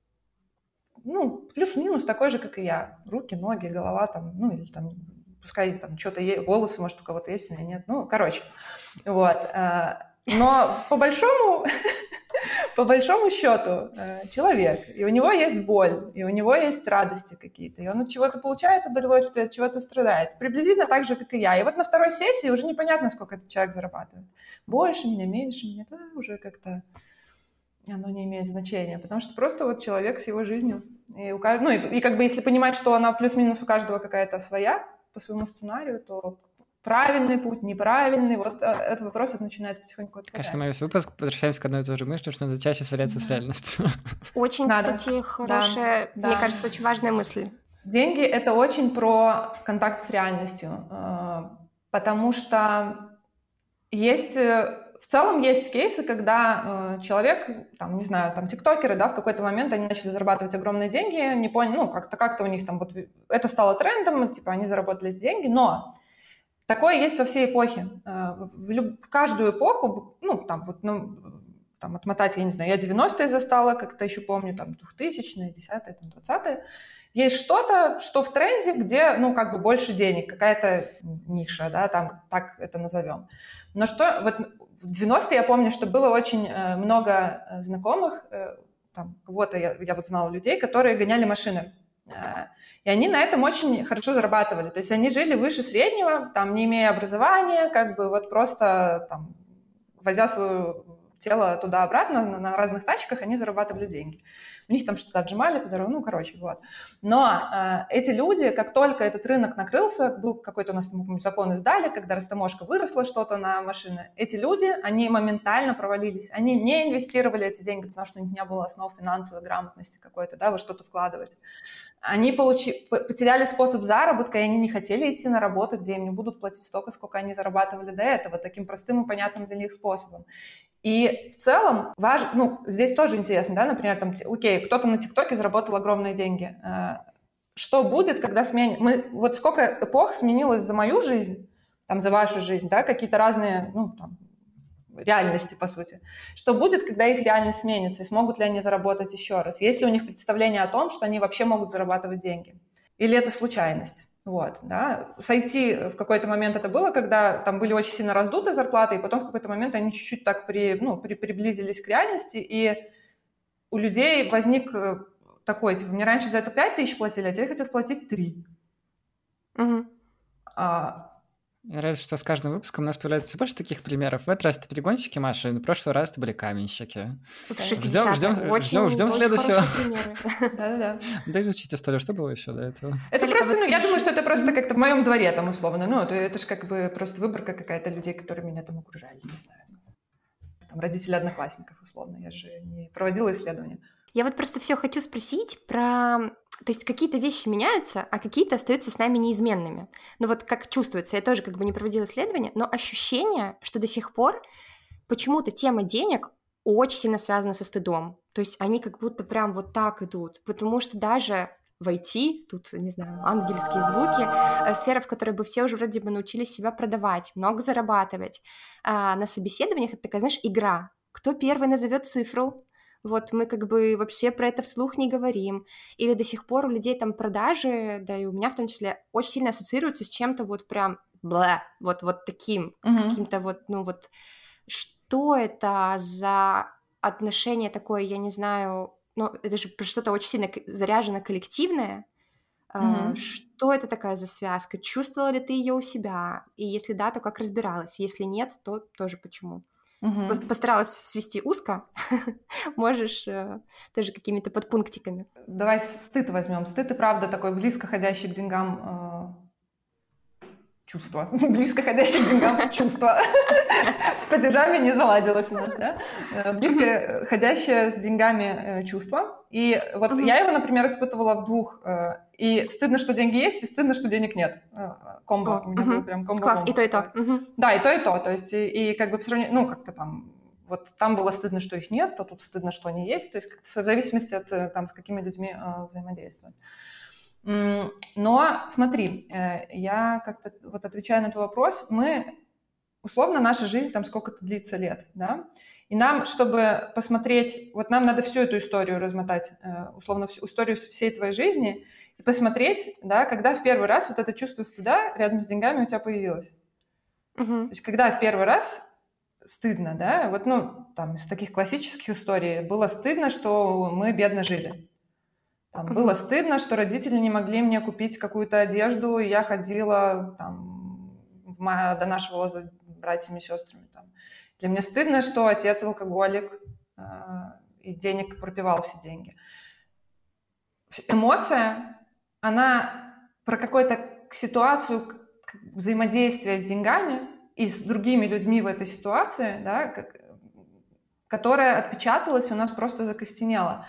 ну, плюс-минус такой же, как и я. Руки, ноги, голова там, ну, или там... Пускай там что-то есть, волосы, может, у кого-то есть, у меня нет. Ну, короче, вот. Но по большому счету человек, и у него есть боль, и у него есть радости какие-то, и он от чего-то получает удовольствие, от чего-то страдает. Приблизительно так же, как и я. И вот на второй сессии уже непонятно, сколько этот человек зарабатывает. Больше меня, меньше меня, да, уже как-то оно не имеет значения, потому что просто вот человек с его жизнью. И как бы если понимать, что она плюс-минус у каждого какая-то своя, по своему сценарию, то правильный путь, неправильный, вот этот вопрос начинает потихоньку отпадать. Кажется, мы весь выпуск возвращаемся к одной и той же мысли, что надо чаще сверяться с реальностью. Очень, кстати, хорошая, мне кажется, очень важная мысль. Деньги — это очень про контакт с реальностью, потому что в целом есть кейсы, когда человек, там, не знаю, там, тиктокеры, да, в какой-то момент они начали зарабатывать огромные деньги, не поняли, ну, как-то у них там вот это стало трендом, типа, они заработали эти деньги, но такое есть во всей эпохе. В каждую эпоху, ну, там, вот, ну, там, отмотать, я не знаю, я 90-е застала, как-то еще помню, там, 2000-е, 10-е, там, 20-е, есть что-то, что в тренде, где, ну, как бы больше денег, какая-то ниша, да, там, так это назовем. Но что, вот в 90-е я помню, что было очень много знакомых, там, кого-то я вот знала людей, которые гоняли машины. И они на этом очень хорошо зарабатывали. То есть они жили выше среднего, там, не имея образования, как бы вот просто там, возя свое тело туда-обратно на разных тачках, они зарабатывали деньги. У них там что-то отжимали по дороге, ну, короче, вот. Но эти люди, как только этот рынок накрылся, был какой-то у нас, там, закон издали, когда растаможка выросла что-то на машины, эти люди, они моментально провалились. Они не инвестировали эти деньги, потому что у них не было основ финансовой грамотности какой-то, да, во что-то вкладывать. Они потеряли способ заработка, и они не хотели идти на работу, где им не будут платить столько, сколько они зарабатывали до этого, таким простым и понятным для них способом. И в целом, здесь тоже интересно, да, например, там, окей, кто-то на ТикТоке заработал огромные деньги. Что будет, когда вот сколько эпох сменилось за мою жизнь, там, за вашу жизнь, да, какие-то разные, ну, там, реальности, по сути. Что будет, когда их реальность сменится, и смогут ли они заработать еще раз? Есть ли у них представление о том, что они вообще могут зарабатывать деньги? Или это случайность? Вот, да. С IT в какой-то момент это было, когда там были очень сильно раздутые зарплаты, и потом в какой-то момент они чуть-чуть так приблизились к реальности, и у людей возник такой, типа, мне раньше за это 5 тысяч платили, а теперь хотят платить 3. Угу. Мне нравится, что с каждым выпуском у нас появляется все больше таких примеров. В этот раз это перегонщики, Маша, и в прошлый раз это были каменщики. В 60-е. Ждем следующего. Да-да-да. Да, изучить историю. Что было еще до этого? Это просто, я думаю, что это просто как-то в моем дворе там условно. Ну, это же как бы просто выборка какая-то людей, которые меня там окружали, не знаю. Там родители одноклассников условно. Я же не проводила исследования. Я вот просто все хочу спросить про... То есть какие-то вещи меняются, а какие-то остаются с нами неизменными. Ну вот как чувствуется, я тоже как бы не проводила исследования, но ощущение, что до сих пор почему-то тема денег очень сильно связана со стыдом. То есть они как будто прям вот так идут. Потому что даже в IT, тут, не знаю, ангельские звуки, сфера, в которой бы все уже вроде бы научились себя продавать, много зарабатывать. А на собеседованиях это такая, знаешь, игра. Кто первый назовет цифру? Вот мы как бы вообще про это вслух не говорим. Или до сих пор у людей там продажи, да и у меня в том числе, очень сильно ассоциируются с чем-то вот прям вот таким, каким-то вот, ну вот, что это за отношение такое, я не знаю, ну это же что-то очень сильно заряжено коллективное. Что это такая за связка? Чувствовала ли ты ее у себя? И если да, то как разбиралась? Если нет, то тоже почему? Постаралась свести узко. Можешь тоже какими-то подпунктиками. Давай стыд возьмем. Стыд и правда такой близко ходящий к деньгам чувство. Близко ходящий к деньгам чувство. С падежами не заладилось у нас, да? Близко ходящее с деньгами чувство. И вот я его, например, испытывала в двух. И стыдно, что деньги есть, и стыдно, что денег нет. Комбо. У меня было прям комбо. Класс, и то, и то. Да, и то, и то. То есть, и как бы по сравнению, ну, как-то там, вот там было стыдно, что их нет, а тут стыдно, что они есть. То есть как-то в зависимости от там, с какими людьми взаимодействовать. Но смотри, я как-то вот отвечаю на этот вопрос, условно, наша жизнь там сколько-то длится лет, да, и нам, чтобы посмотреть, вот нам надо всю эту историю размотать, условно, всю историю всей твоей жизни и посмотреть, да, когда в первый раз вот это чувство стыда рядом с деньгами у тебя появилось. То есть когда в первый раз стыдно, да, вот, ну, там, из таких классических историй было стыдно, что мы бедно жили. Там было стыдно, что родители не могли мне купить какую-то одежду, и я ходила там, до нашего возраста с братьями и сестрами. Там. Для меня стыдно, что отец алкоголик и денег пропивал все деньги. Эмоция, она про какую-то ситуацию взаимодействия с деньгами и с другими людьми в этой ситуации, да, которая отпечаталась и у нас просто закостенела.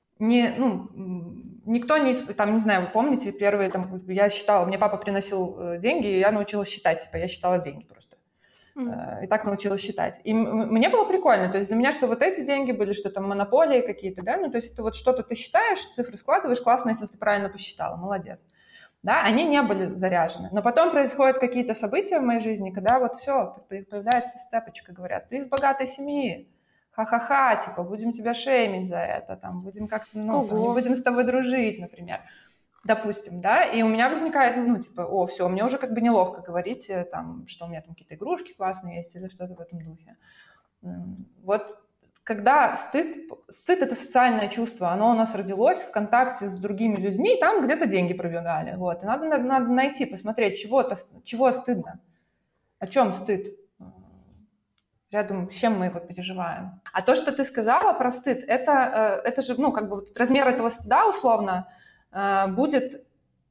Никто не, там, не знаю, вы помните, первые, там, я считала, мне папа приносил деньги, и я научилась считать, типа, я считала деньги просто. И так научилась считать. И мне было прикольно, то есть для меня, что вот эти деньги были, что там монополии какие-то, да, ну, то есть это вот что-то ты считаешь, цифры складываешь, классно, если ты правильно посчитала, молодец. Да, они не были заряжены. Но потом происходят какие-то события в моей жизни, когда вот все, появляется сцепочка, говорят, ты из богатой семьи, ха-ха-ха, типа, будем тебя шеймить за это, там, будем как-то, ну, там, не будем с тобой дружить, например, допустим, да, и у меня возникает, ну, типа, все, мне уже как бы неловко говорить, там, что у меня там какие-то игрушки классные есть или что-то в этом духе. Вот когда стыд – это социальное чувство, оно у нас родилось в контакте с другими людьми, и там где-то деньги пробегали, вот, и надо найти, посмотреть, чего стыдно, о чем стыд. Рядом с чем мы его переживаем. А то, что ты сказала про стыд, это же, ну, как бы вот размер этого стыда, условно, будет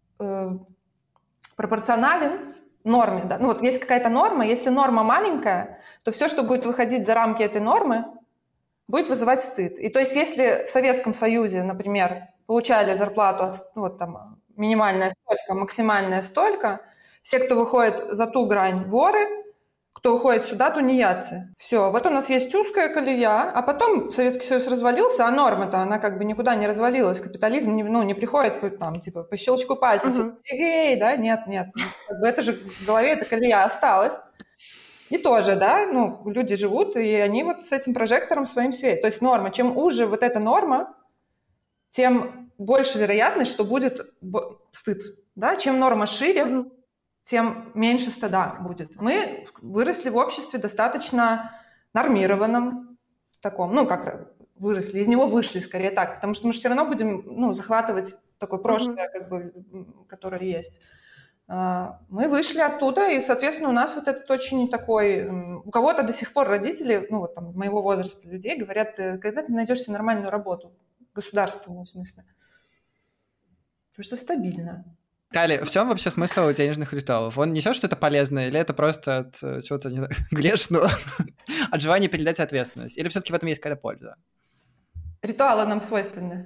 пропорционален норме. Да? Ну, вот есть какая-то норма, если норма маленькая, то все, что будет выходить за рамки этой нормы, будет вызывать стыд. И то есть если в Советском Союзе, например, получали зарплату, вот там, минимальная столько, максимальная столько, все, кто выходит за ту грань, воры, кто уходит сюда, тунеядцы. Все, вот у нас есть узкая колея, а потом Советский Союз развалился, а норма-то, она как бы никуда не развалилась. Капитализм не приходит там, типа, по щелчку пальцев. Эй, да, нет. Как бы это же в голове эта колея осталась. И тоже, да, ну, люди живут, и они вот с этим прожектором своим светят. То есть норма, чем уже вот эта норма, тем больше вероятность, что будет стыд, да, чем норма шире, тем меньше стыда будет. Мы выросли в обществе достаточно нормированном, таком, ну, как выросли, из него вышли, скорее так, потому что мы же все равно будем, ну, захватывать такое прошлое, как бы, которое есть. Мы вышли оттуда, и, соответственно, у нас вот этот очень такой... У кого-то до сих пор родители, ну, вот там, моего возраста людей говорят, когда ты найдешь себе нормальную работу, государственную, в смысле? Потому что стабильно. Кали, в чем вообще смысл денежных ритуалов? Он несет что-то полезное, или это просто от чего-то грешного, от желания передать ответственность? Или все-таки в этом есть какая-то польза? Ритуалы нам свойственны.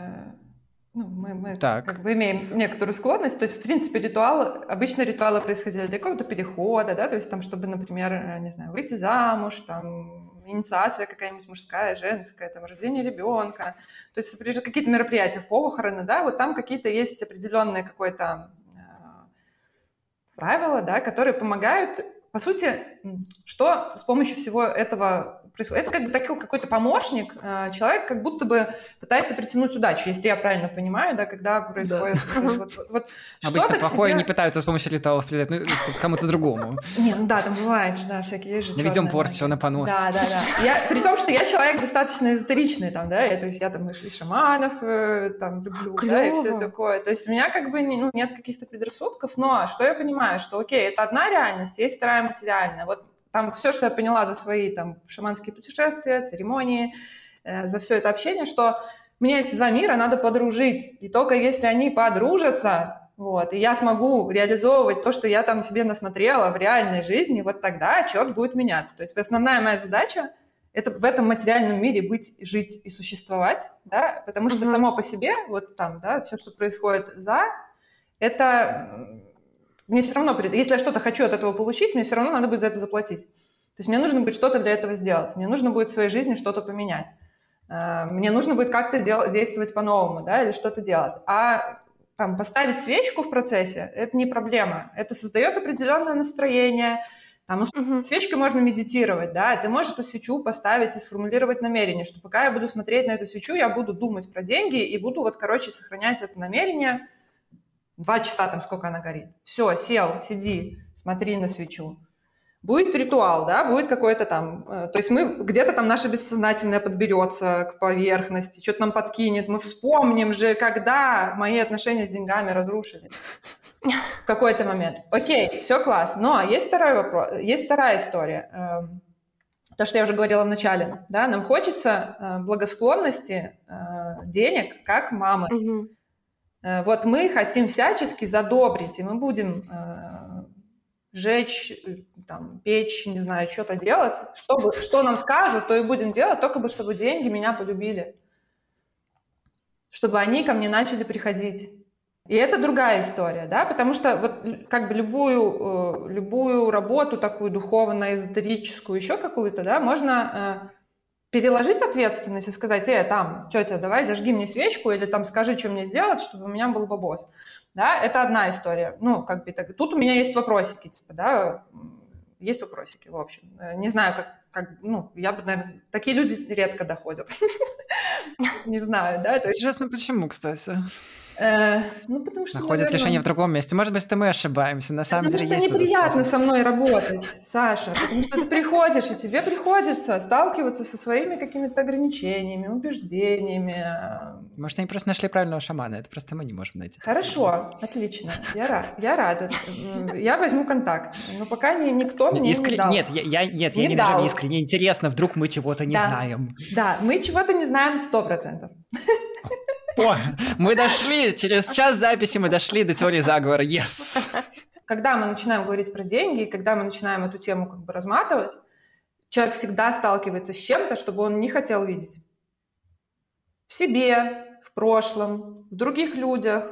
Мы как бы имеем некоторую склонность, то есть, в принципе, обычно ритуалы происходили для какого-то перехода, да, то есть там, чтобы, например, не знаю, выйти замуж, там, инициация какая-нибудь мужская, женская, там, рождение ребенка, то есть какие-то мероприятия, похороны, да, вот там какие-то есть определенные какое-то правила, да, которые помогают, по сути, что с помощью всего этого происходит. Это как бы такой какой-то помощник, человек как будто бы пытается притянуть удачу, если я правильно понимаю, да, когда происходит... Да. Вот обычно плохое не пытаются с помощью ритуалов передать, ну, кому-то другому. Не, ну да, там бывает же, да, всякие есть же... Наведем порчу на понос. Да. При том, что я человек достаточно эзотеричный, там, да, то есть я там и шаманов там люблю, да, и все такое. То есть у меня как бы нет каких-то предрассудков, но что я понимаю, что окей, это одна реальность, есть вторая материальная. Вот там все, что я поняла за свои там шаманские путешествия, церемонии, за все это общение, что мне эти два мира надо подружить. И только если они подружатся, вот, и я смогу реализовывать то, что я там себе насмотрела в реальной жизни, вот тогда отчет будет меняться. То есть основная моя задача — это в этом материальном мире жить и существовать, да, потому что само по себе, вот там, да, все, что происходит это... Мне все равно, если я что-то хочу от этого получить, мне все равно надо будет за это заплатить. То есть мне нужно будет что-то для этого сделать. Мне нужно будет в своей жизни что-то поменять. Мне нужно будет как-то действовать по-новому, да, или что-то делать. А там поставить свечку в процессе – это не проблема. Это создает определенное настроение. Там свечкой можно медитировать, да, ты можешь эту свечу поставить и сформулировать намерение, что пока я буду смотреть на эту свечу, я буду думать про деньги и буду вот, короче, сохранять это намерение 2 часа, там, сколько она горит. Все, сел, сиди, смотри на свечу. Будет ритуал, да, будет какой-то там... То есть мы где-то там наше бессознательное подберется к поверхности, что-то нам подкинет. Мы вспомним же, когда мои отношения с деньгами разрушились в какой-то момент. Окей, все класс. Но есть второй вопрос, есть вторая история. То, что я уже говорила в начале. Да, нам хочется благосклонности денег, как мамы. Вот мы хотим всячески задобрить, и мы будем жечь, там, печь, не знаю, что-то делать. Что нам скажут, то и будем делать, только бы чтобы деньги меня полюбили. Чтобы они ко мне начали приходить. И это другая история, да, потому что вот как бы любую работу такую духовную, эзотерическую, еще какую-то, да, можно... переложить ответственность и сказать: там, тетя, давай зажги мне свечку или там скажи, что мне сделать, чтобы у меня был бабос. Да, это одна история. Ну, как бы так. Тут у меня есть вопросики, типа, да, есть вопросики, в общем. Не знаю, я бы, наверное, такие люди редко доходят. Не знаю, да. Интересно, почему, кстати? Потому что, находят решение в другом месте. Может быть, это мы ошибаемся. На самом деле есть. Потому что неприятно со мной работать, Саша. Потому что ты приходишь, и тебе приходится сталкиваться со своими какими-то ограничениями, убеждениями. Может, они просто нашли правильного шамана. Это просто мы не можем найти. Хорошо, отлично. Я рада. Я возьму контакт. Но пока никто мне не дал. Нет, я не вижу искренне. Интересно, вдруг мы чего-то не знаем. Да, мы чего-то не знаем 100%. О, мы дошли, через час записи мы дошли до теории заговора, yes! Когда мы начинаем говорить про деньги, когда мы начинаем эту тему как бы разматывать, человек всегда сталкивается с чем-то, что бы он не хотел видеть. В себе, в прошлом, в других людях.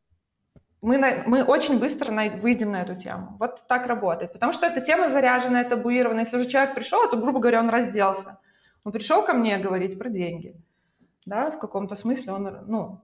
Мы очень быстро выйдем на эту тему. Вот так работает. Потому что эта тема заряжена, табуирована. Если уже человек пришел, то, грубо говоря, он разделся. Он пришел ко мне говорить про деньги. Да, в каком-то смысле он,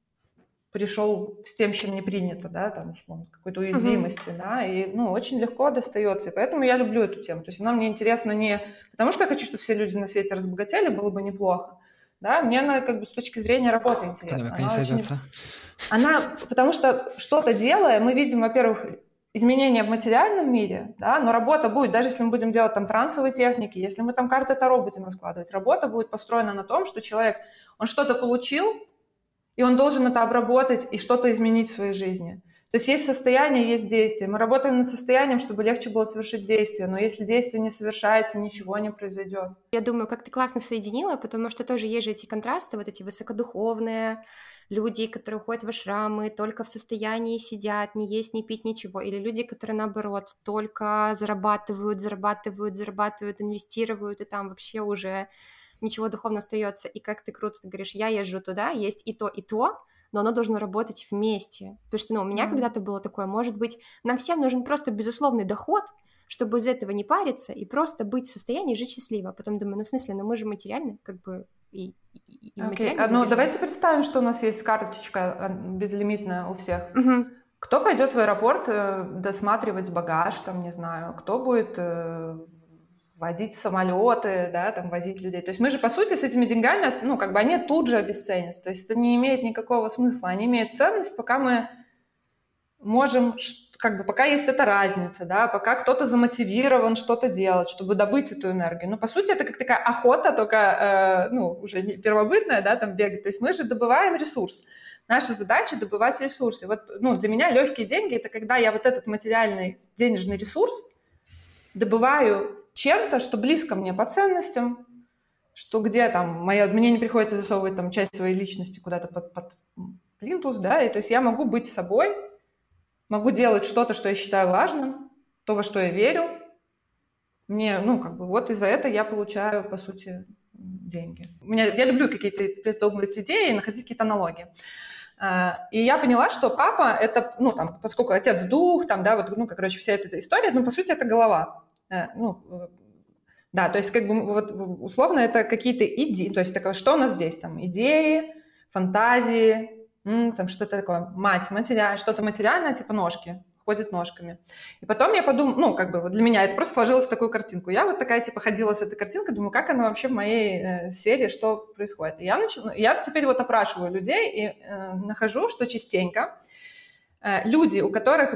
пришел с тем, чем не принято, да, там, какой-то уязвимости, да, и, очень легко достается, и поэтому я люблю эту тему, то есть она мне интересна не потому, что я хочу, чтобы все люди на свете разбогатели, было бы неплохо, да, мне она как бы с точки зрения работы интересна. Экономика не сойдется. Потому что что-то делая, мы видим, во-первых, изменения в материальном мире, да, но работа будет, даже если мы будем делать там трансовые техники, если мы там карты Таро будем раскладывать, работа будет построена на том, что человек, он что-то получил, и он должен это обработать и что-то изменить в своей жизни. То есть есть состояние, есть действие. Мы работаем над состоянием, чтобы легче было совершить действие. Но если действие не совершается, ничего не произойдет. Я думаю, как ты классно соединила, потому что тоже есть же эти контрасты, вот эти высокодуховные люди, которые уходят в ашрамы, только в состоянии сидят, не есть, не пить, ничего. Или люди, которые, наоборот, только зарабатывают, инвестируют, и там вообще уже ничего духовно остается. И как ты круто ты говоришь, я езжу туда, есть и то, но оно должно работать вместе. Потому что, у меня когда-то было такое, может быть, нам всем нужен просто безусловный доход, чтобы из этого не париться и просто быть в состоянии жить счастливо. Потом думаю, в смысле, мы же материальны, как бы, и материально. Давайте представим, что у нас есть карточка безлимитная у всех. Кто пойдет в аэропорт досматривать багаж, там, не знаю, кто будет водить самолеты, да, там, возить людей. То есть мы же, по сути, с этими деньгами, они тут же обесценятся. То есть это не имеет никакого смысла. Они имеют ценность, пока мы можем, пока есть эта разница, да, пока кто-то замотивирован что-то делать, чтобы добыть эту энергию. Но, по сути, это как такая охота, только, уже не первобытная, да, там, бегать. То есть мы же добываем ресурс. Наша задача — добывать ресурсы. Вот, для меня легкие деньги — это когда я вот этот материальный денежный ресурс добываю чем-то, что близко мне по ценностям, что где там мне не приходится засовывать там часть своей личности куда-то под плинтус, да, и то есть я могу быть собой, могу делать что-то, что я считаю важным, то, во что я верю. Мне, вот из-за этого я получаю, по сути, деньги. Я люблю какие-то придумывать идеи и находить какие-то аналогии. И я поняла, что папа — это, поскольку отец дух, там, да, вся эта история, по сути, это голова. Да, то есть условно это какие-то идеи, то есть такое, что у нас здесь, там, идеи, фантазии, там что-то такое, что-то материальное, типа ножки, ходит ножками. И потом я подумала, для меня это просто сложилось в такую картинку. Я вот такая, ходила с этой картинкой, думаю, как она вообще в моей сфере, что происходит. И я теперь опрашиваю людей и нахожу, что частенько люди, у которых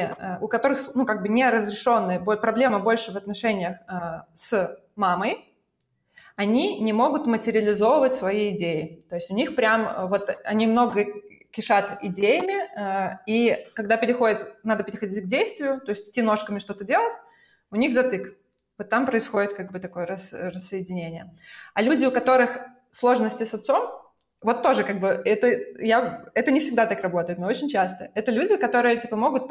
неразрешенные проблемы больше в отношениях с мамой, они не могут материализовывать свои идеи. То есть у них они много кишат идеями, и когда надо переходить к действию, то есть идти ножками что-то делать, у них затык. Вот там происходит такое рассоединение. А люди, у которых сложности с отцом, вот тоже это не всегда так работает, но очень часто. Это люди, которые могут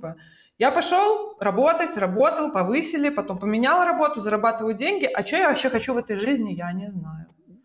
я пошел работал, повысили, потом поменял работу, зарабатываю деньги, а что я вообще хочу в этой жизни, я не знаю.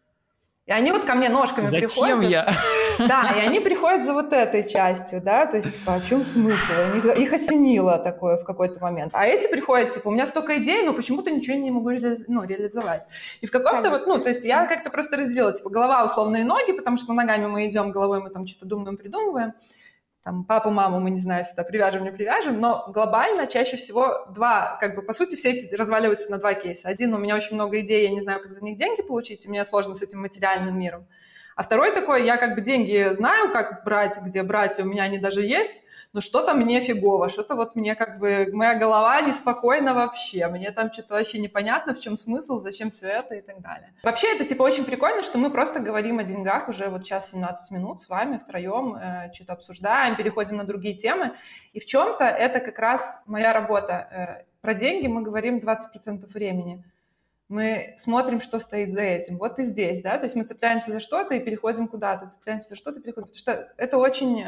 И они ко мне ножками приходят. Зачем я? Да, и они приходят за вот этой частью, да, то есть, о чем смысл? Их осенило такое в какой-то момент. А эти приходят, у меня столько идей, но почему-то ничего не могу реализовать. И в каком-то то есть я как-то просто разделила, голова, условные ноги, потому что ногами мы идем, головой мы там что-то думаем, придумываем. Там папу, маму мы, не знаю, сюда привяжем, не привяжем, но глобально чаще всего по сути, все эти разваливаются на два кейса. Один, у меня очень много идей, я не знаю, как за них деньги получить, и мне сложно с этим материальным миром. А второй такой, я деньги знаю, как брать, где брать, у меня они даже есть, но что-то мне фигово, что-то мне моя голова неспокойна вообще, мне там что-то вообще непонятно, в чем смысл, зачем все это и так далее. Вообще это очень прикольно, что мы просто говорим о деньгах уже час 17 минут с вами втроем, что-то обсуждаем, переходим на другие темы, и в чем-то это как раз моя работа. Про деньги мы говорим 20% времени. Мы смотрим, что стоит за этим. Вот и здесь, да, то есть мы цепляемся за что-то и переходим куда-то, цепляемся за что-то и переходим, потому что это очень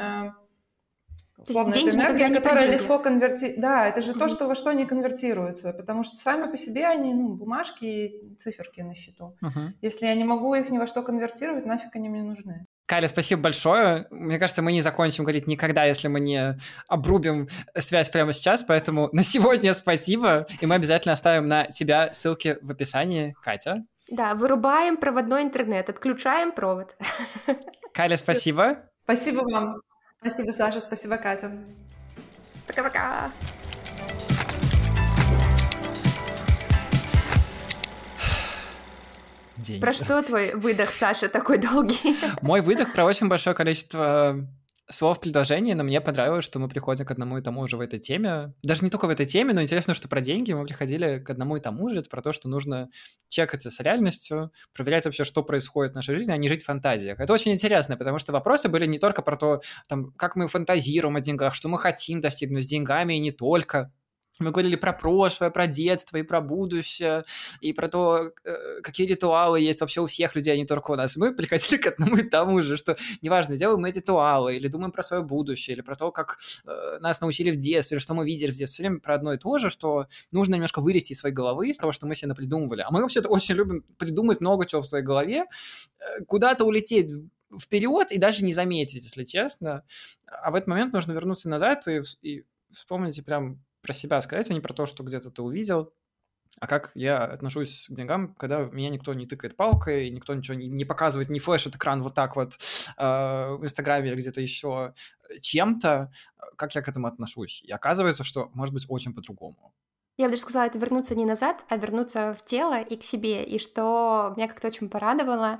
условно, это энергия, которая легко конвертируется. Да, это же то, что во что не конвертируется, потому что сами по себе они, бумажки и циферки на счету. Если я не могу их ни во что конвертировать, нафиг они мне нужны. Кайля, спасибо большое. Мне кажется, мы не закончим говорить никогда, если мы не обрубим связь прямо сейчас, поэтому на сегодня спасибо, и мы обязательно оставим на тебя ссылки в описании. Катя? Да, вырубаем проводной интернет, отключаем провод. Кайля, спасибо. Спасибо вам. Спасибо, Саша, спасибо, Катя. Пока-пока. Деньги. Про что твой выдох, Саша, такой долгий? Мой выдох про очень большое количество слов в предложении, но мне понравилось, что мы приходим к одному и тому же в этой теме. Даже не только в этой теме, но интересно, что про деньги мы приходили к одному и тому же. Это про то, что нужно чекаться с реальностью, проверять вообще, что происходит в нашей жизни, а не жить в фантазиях. Это очень интересно, потому что вопросы были не только про то, там, как мы фантазируем о деньгах, что мы хотим достигнуть с деньгами, и не только. Мы говорили про прошлое, про детство и про будущее, и про то, какие ритуалы есть вообще у всех людей, а не только у нас. Мы приходили к одному и тому же, что неважно, делаем мы ритуалы, или думаем про свое будущее, или про то, как нас научили в детстве, или что мы видели в детстве. Все время про одно и то же, что нужно немножко вылезти из своей головы, из того, что мы себе напридумывали. А мы вообще-то очень любим придумать много чего в своей голове, куда-то улететь вперед и даже не заметить, если честно. А в этот момент нужно вернуться назад и вспомнить прям про себя сказать, а не про то, что где-то ты увидел, а как я отношусь к деньгам, когда меня никто не тыкает палкой, никто ничего не показывает, не флешит экран вот так вот в Инстаграме или где-то еще чем-то, как я к этому отношусь. И оказывается, что может быть очень по-другому. Я бы даже сказала, это вернуться не назад, а вернуться в тело и к себе. И что меня как-то очень порадовало,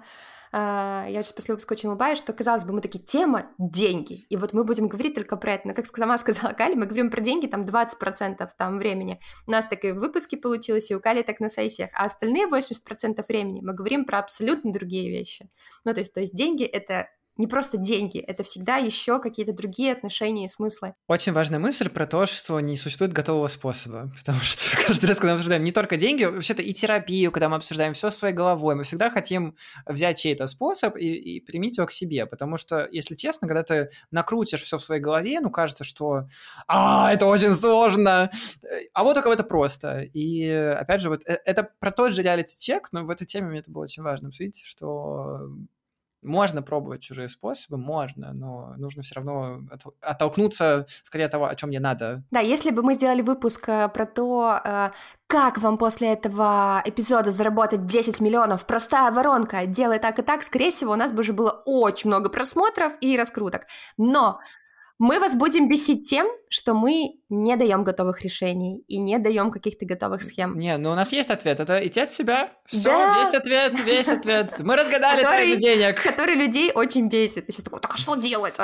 я сейчас после выпуска очень улыбаюсь, что, казалось бы, мы такие, тема – деньги. И вот мы будем говорить только про это. Но, как сама сказала Кали, мы говорим про деньги там 20% там времени. У нас так и в выпуске получилось, и у Кали так на сессиях. А остальные 80% времени мы говорим про абсолютно другие вещи. Ну, то есть деньги – это не просто деньги, это всегда еще какие-то другие отношения и смыслы. Очень важная мысль про то, что не существует готового способа, потому что каждый раз, когда мы обсуждаем не только деньги, вообще-то и терапию, когда мы обсуждаем все своей головой, мы всегда хотим взять чей-то способ и примить его к себе, потому что, если честно, когда ты накрутишь все в своей голове, ну, кажется, что это очень сложно, а вот у кого-то просто. И, опять же, вот это про тот же реалити-чек, но в этой теме мне это было очень важно обсудить, что можно пробовать чужие способы, можно, но нужно все равно оттолкнуться скорее от того, о чем мне надо. Да, если бы мы сделали выпуск про то, как вам после этого эпизода заработать 10 миллионов, простая воронка, делай так и так, скорее всего, у нас бы уже было очень много просмотров и раскруток. Но мы вас будем бесить тем, что мы не даем готовых решений и не даем каких-то готовых схем. Не, ну у нас есть ответ. Это идти от себя. Все, да. Весь ответ. Мы разгадали тайну денег. Который людей очень бесит. Ты сейчас такой, так а что делать?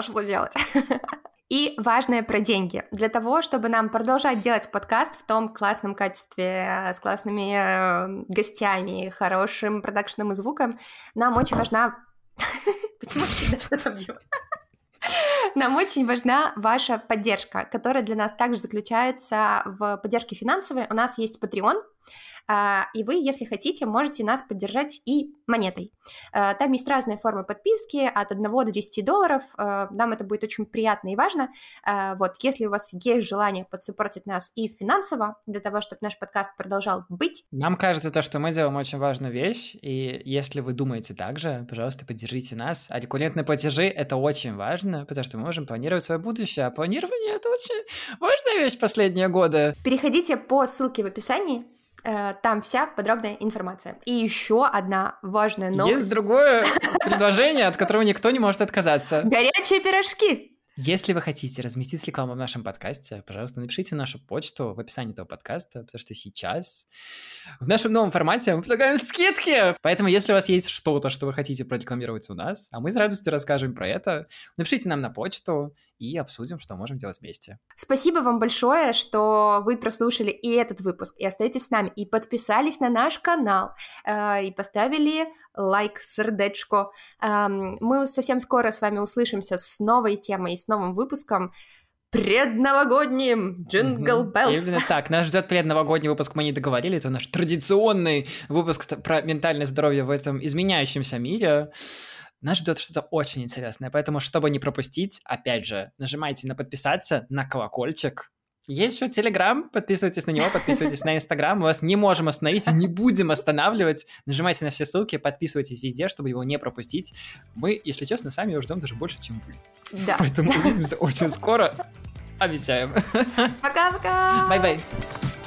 И важное про деньги. Для того, чтобы нам продолжать делать подкаст в том классном качестве, с классными гостями, хорошим продакшеном и звуком, нам очень важна... Почему всегда что-то бью? Нам очень важна ваша поддержка, которая для нас также заключается в поддержке финансовой. У нас есть Patreon, и вы, если хотите, можете нас поддержать и монетой. Там есть разные формы подписки, от 1 до 10 долларов. Нам это будет очень приятно и важно. Вот, если у вас есть желание подсуппортить нас и финансово, для того, чтобы наш подкаст продолжал быть. Нам кажется, то, что мы делаем очень важную вещь, и если вы думаете так же, пожалуйста, поддержите нас. А рекуррентные платежи — это очень важно, потому что мы можем планировать свое будущее, а планирование — это очень важная вещь в последние годы. Переходите по ссылке в описании. Там вся подробная информация. И еще одна важная новость. Есть другое предложение, от которого никто не может отказаться. Горячие пирожки! Если вы хотите разместить рекламу в нашем подкасте, пожалуйста, напишите нашу почту в описании этого подкаста, потому что сейчас в нашем новом формате мы предлагаем скидки. Поэтому, если у вас есть что-то, что вы хотите прорекламировать у нас, а мы с радостью расскажем про это, напишите нам на почту и обсудим, что можем делать вместе. Спасибо вам большое, что вы прослушали и этот выпуск, и остаетесь с нами, и подписались на наш канал, и поставили лайк, сердечко. Мы совсем скоро с вами услышимся с новой темой и с новым выпуском предновогодним Jingle Bells. Именно так. Нас ждет предновогодний выпуск, мы не договорили. Это наш традиционный выпуск про ментальное здоровье в этом изменяющемся мире. Нас ждет что-то очень интересное, поэтому, чтобы не пропустить, опять же, нажимайте на подписаться, на колокольчик. Есть еще Телеграм, подписывайтесь на него, подписывайтесь на Инстаграм, мы вас не можем остановить, не будем останавливать. Нажимайте на все ссылки, подписывайтесь везде, чтобы его не пропустить. Мы, если честно, сами его ждем даже больше, чем вы. Да. Поэтому увидимся очень скоро, обещаем. Пока-пока! Бай-бай!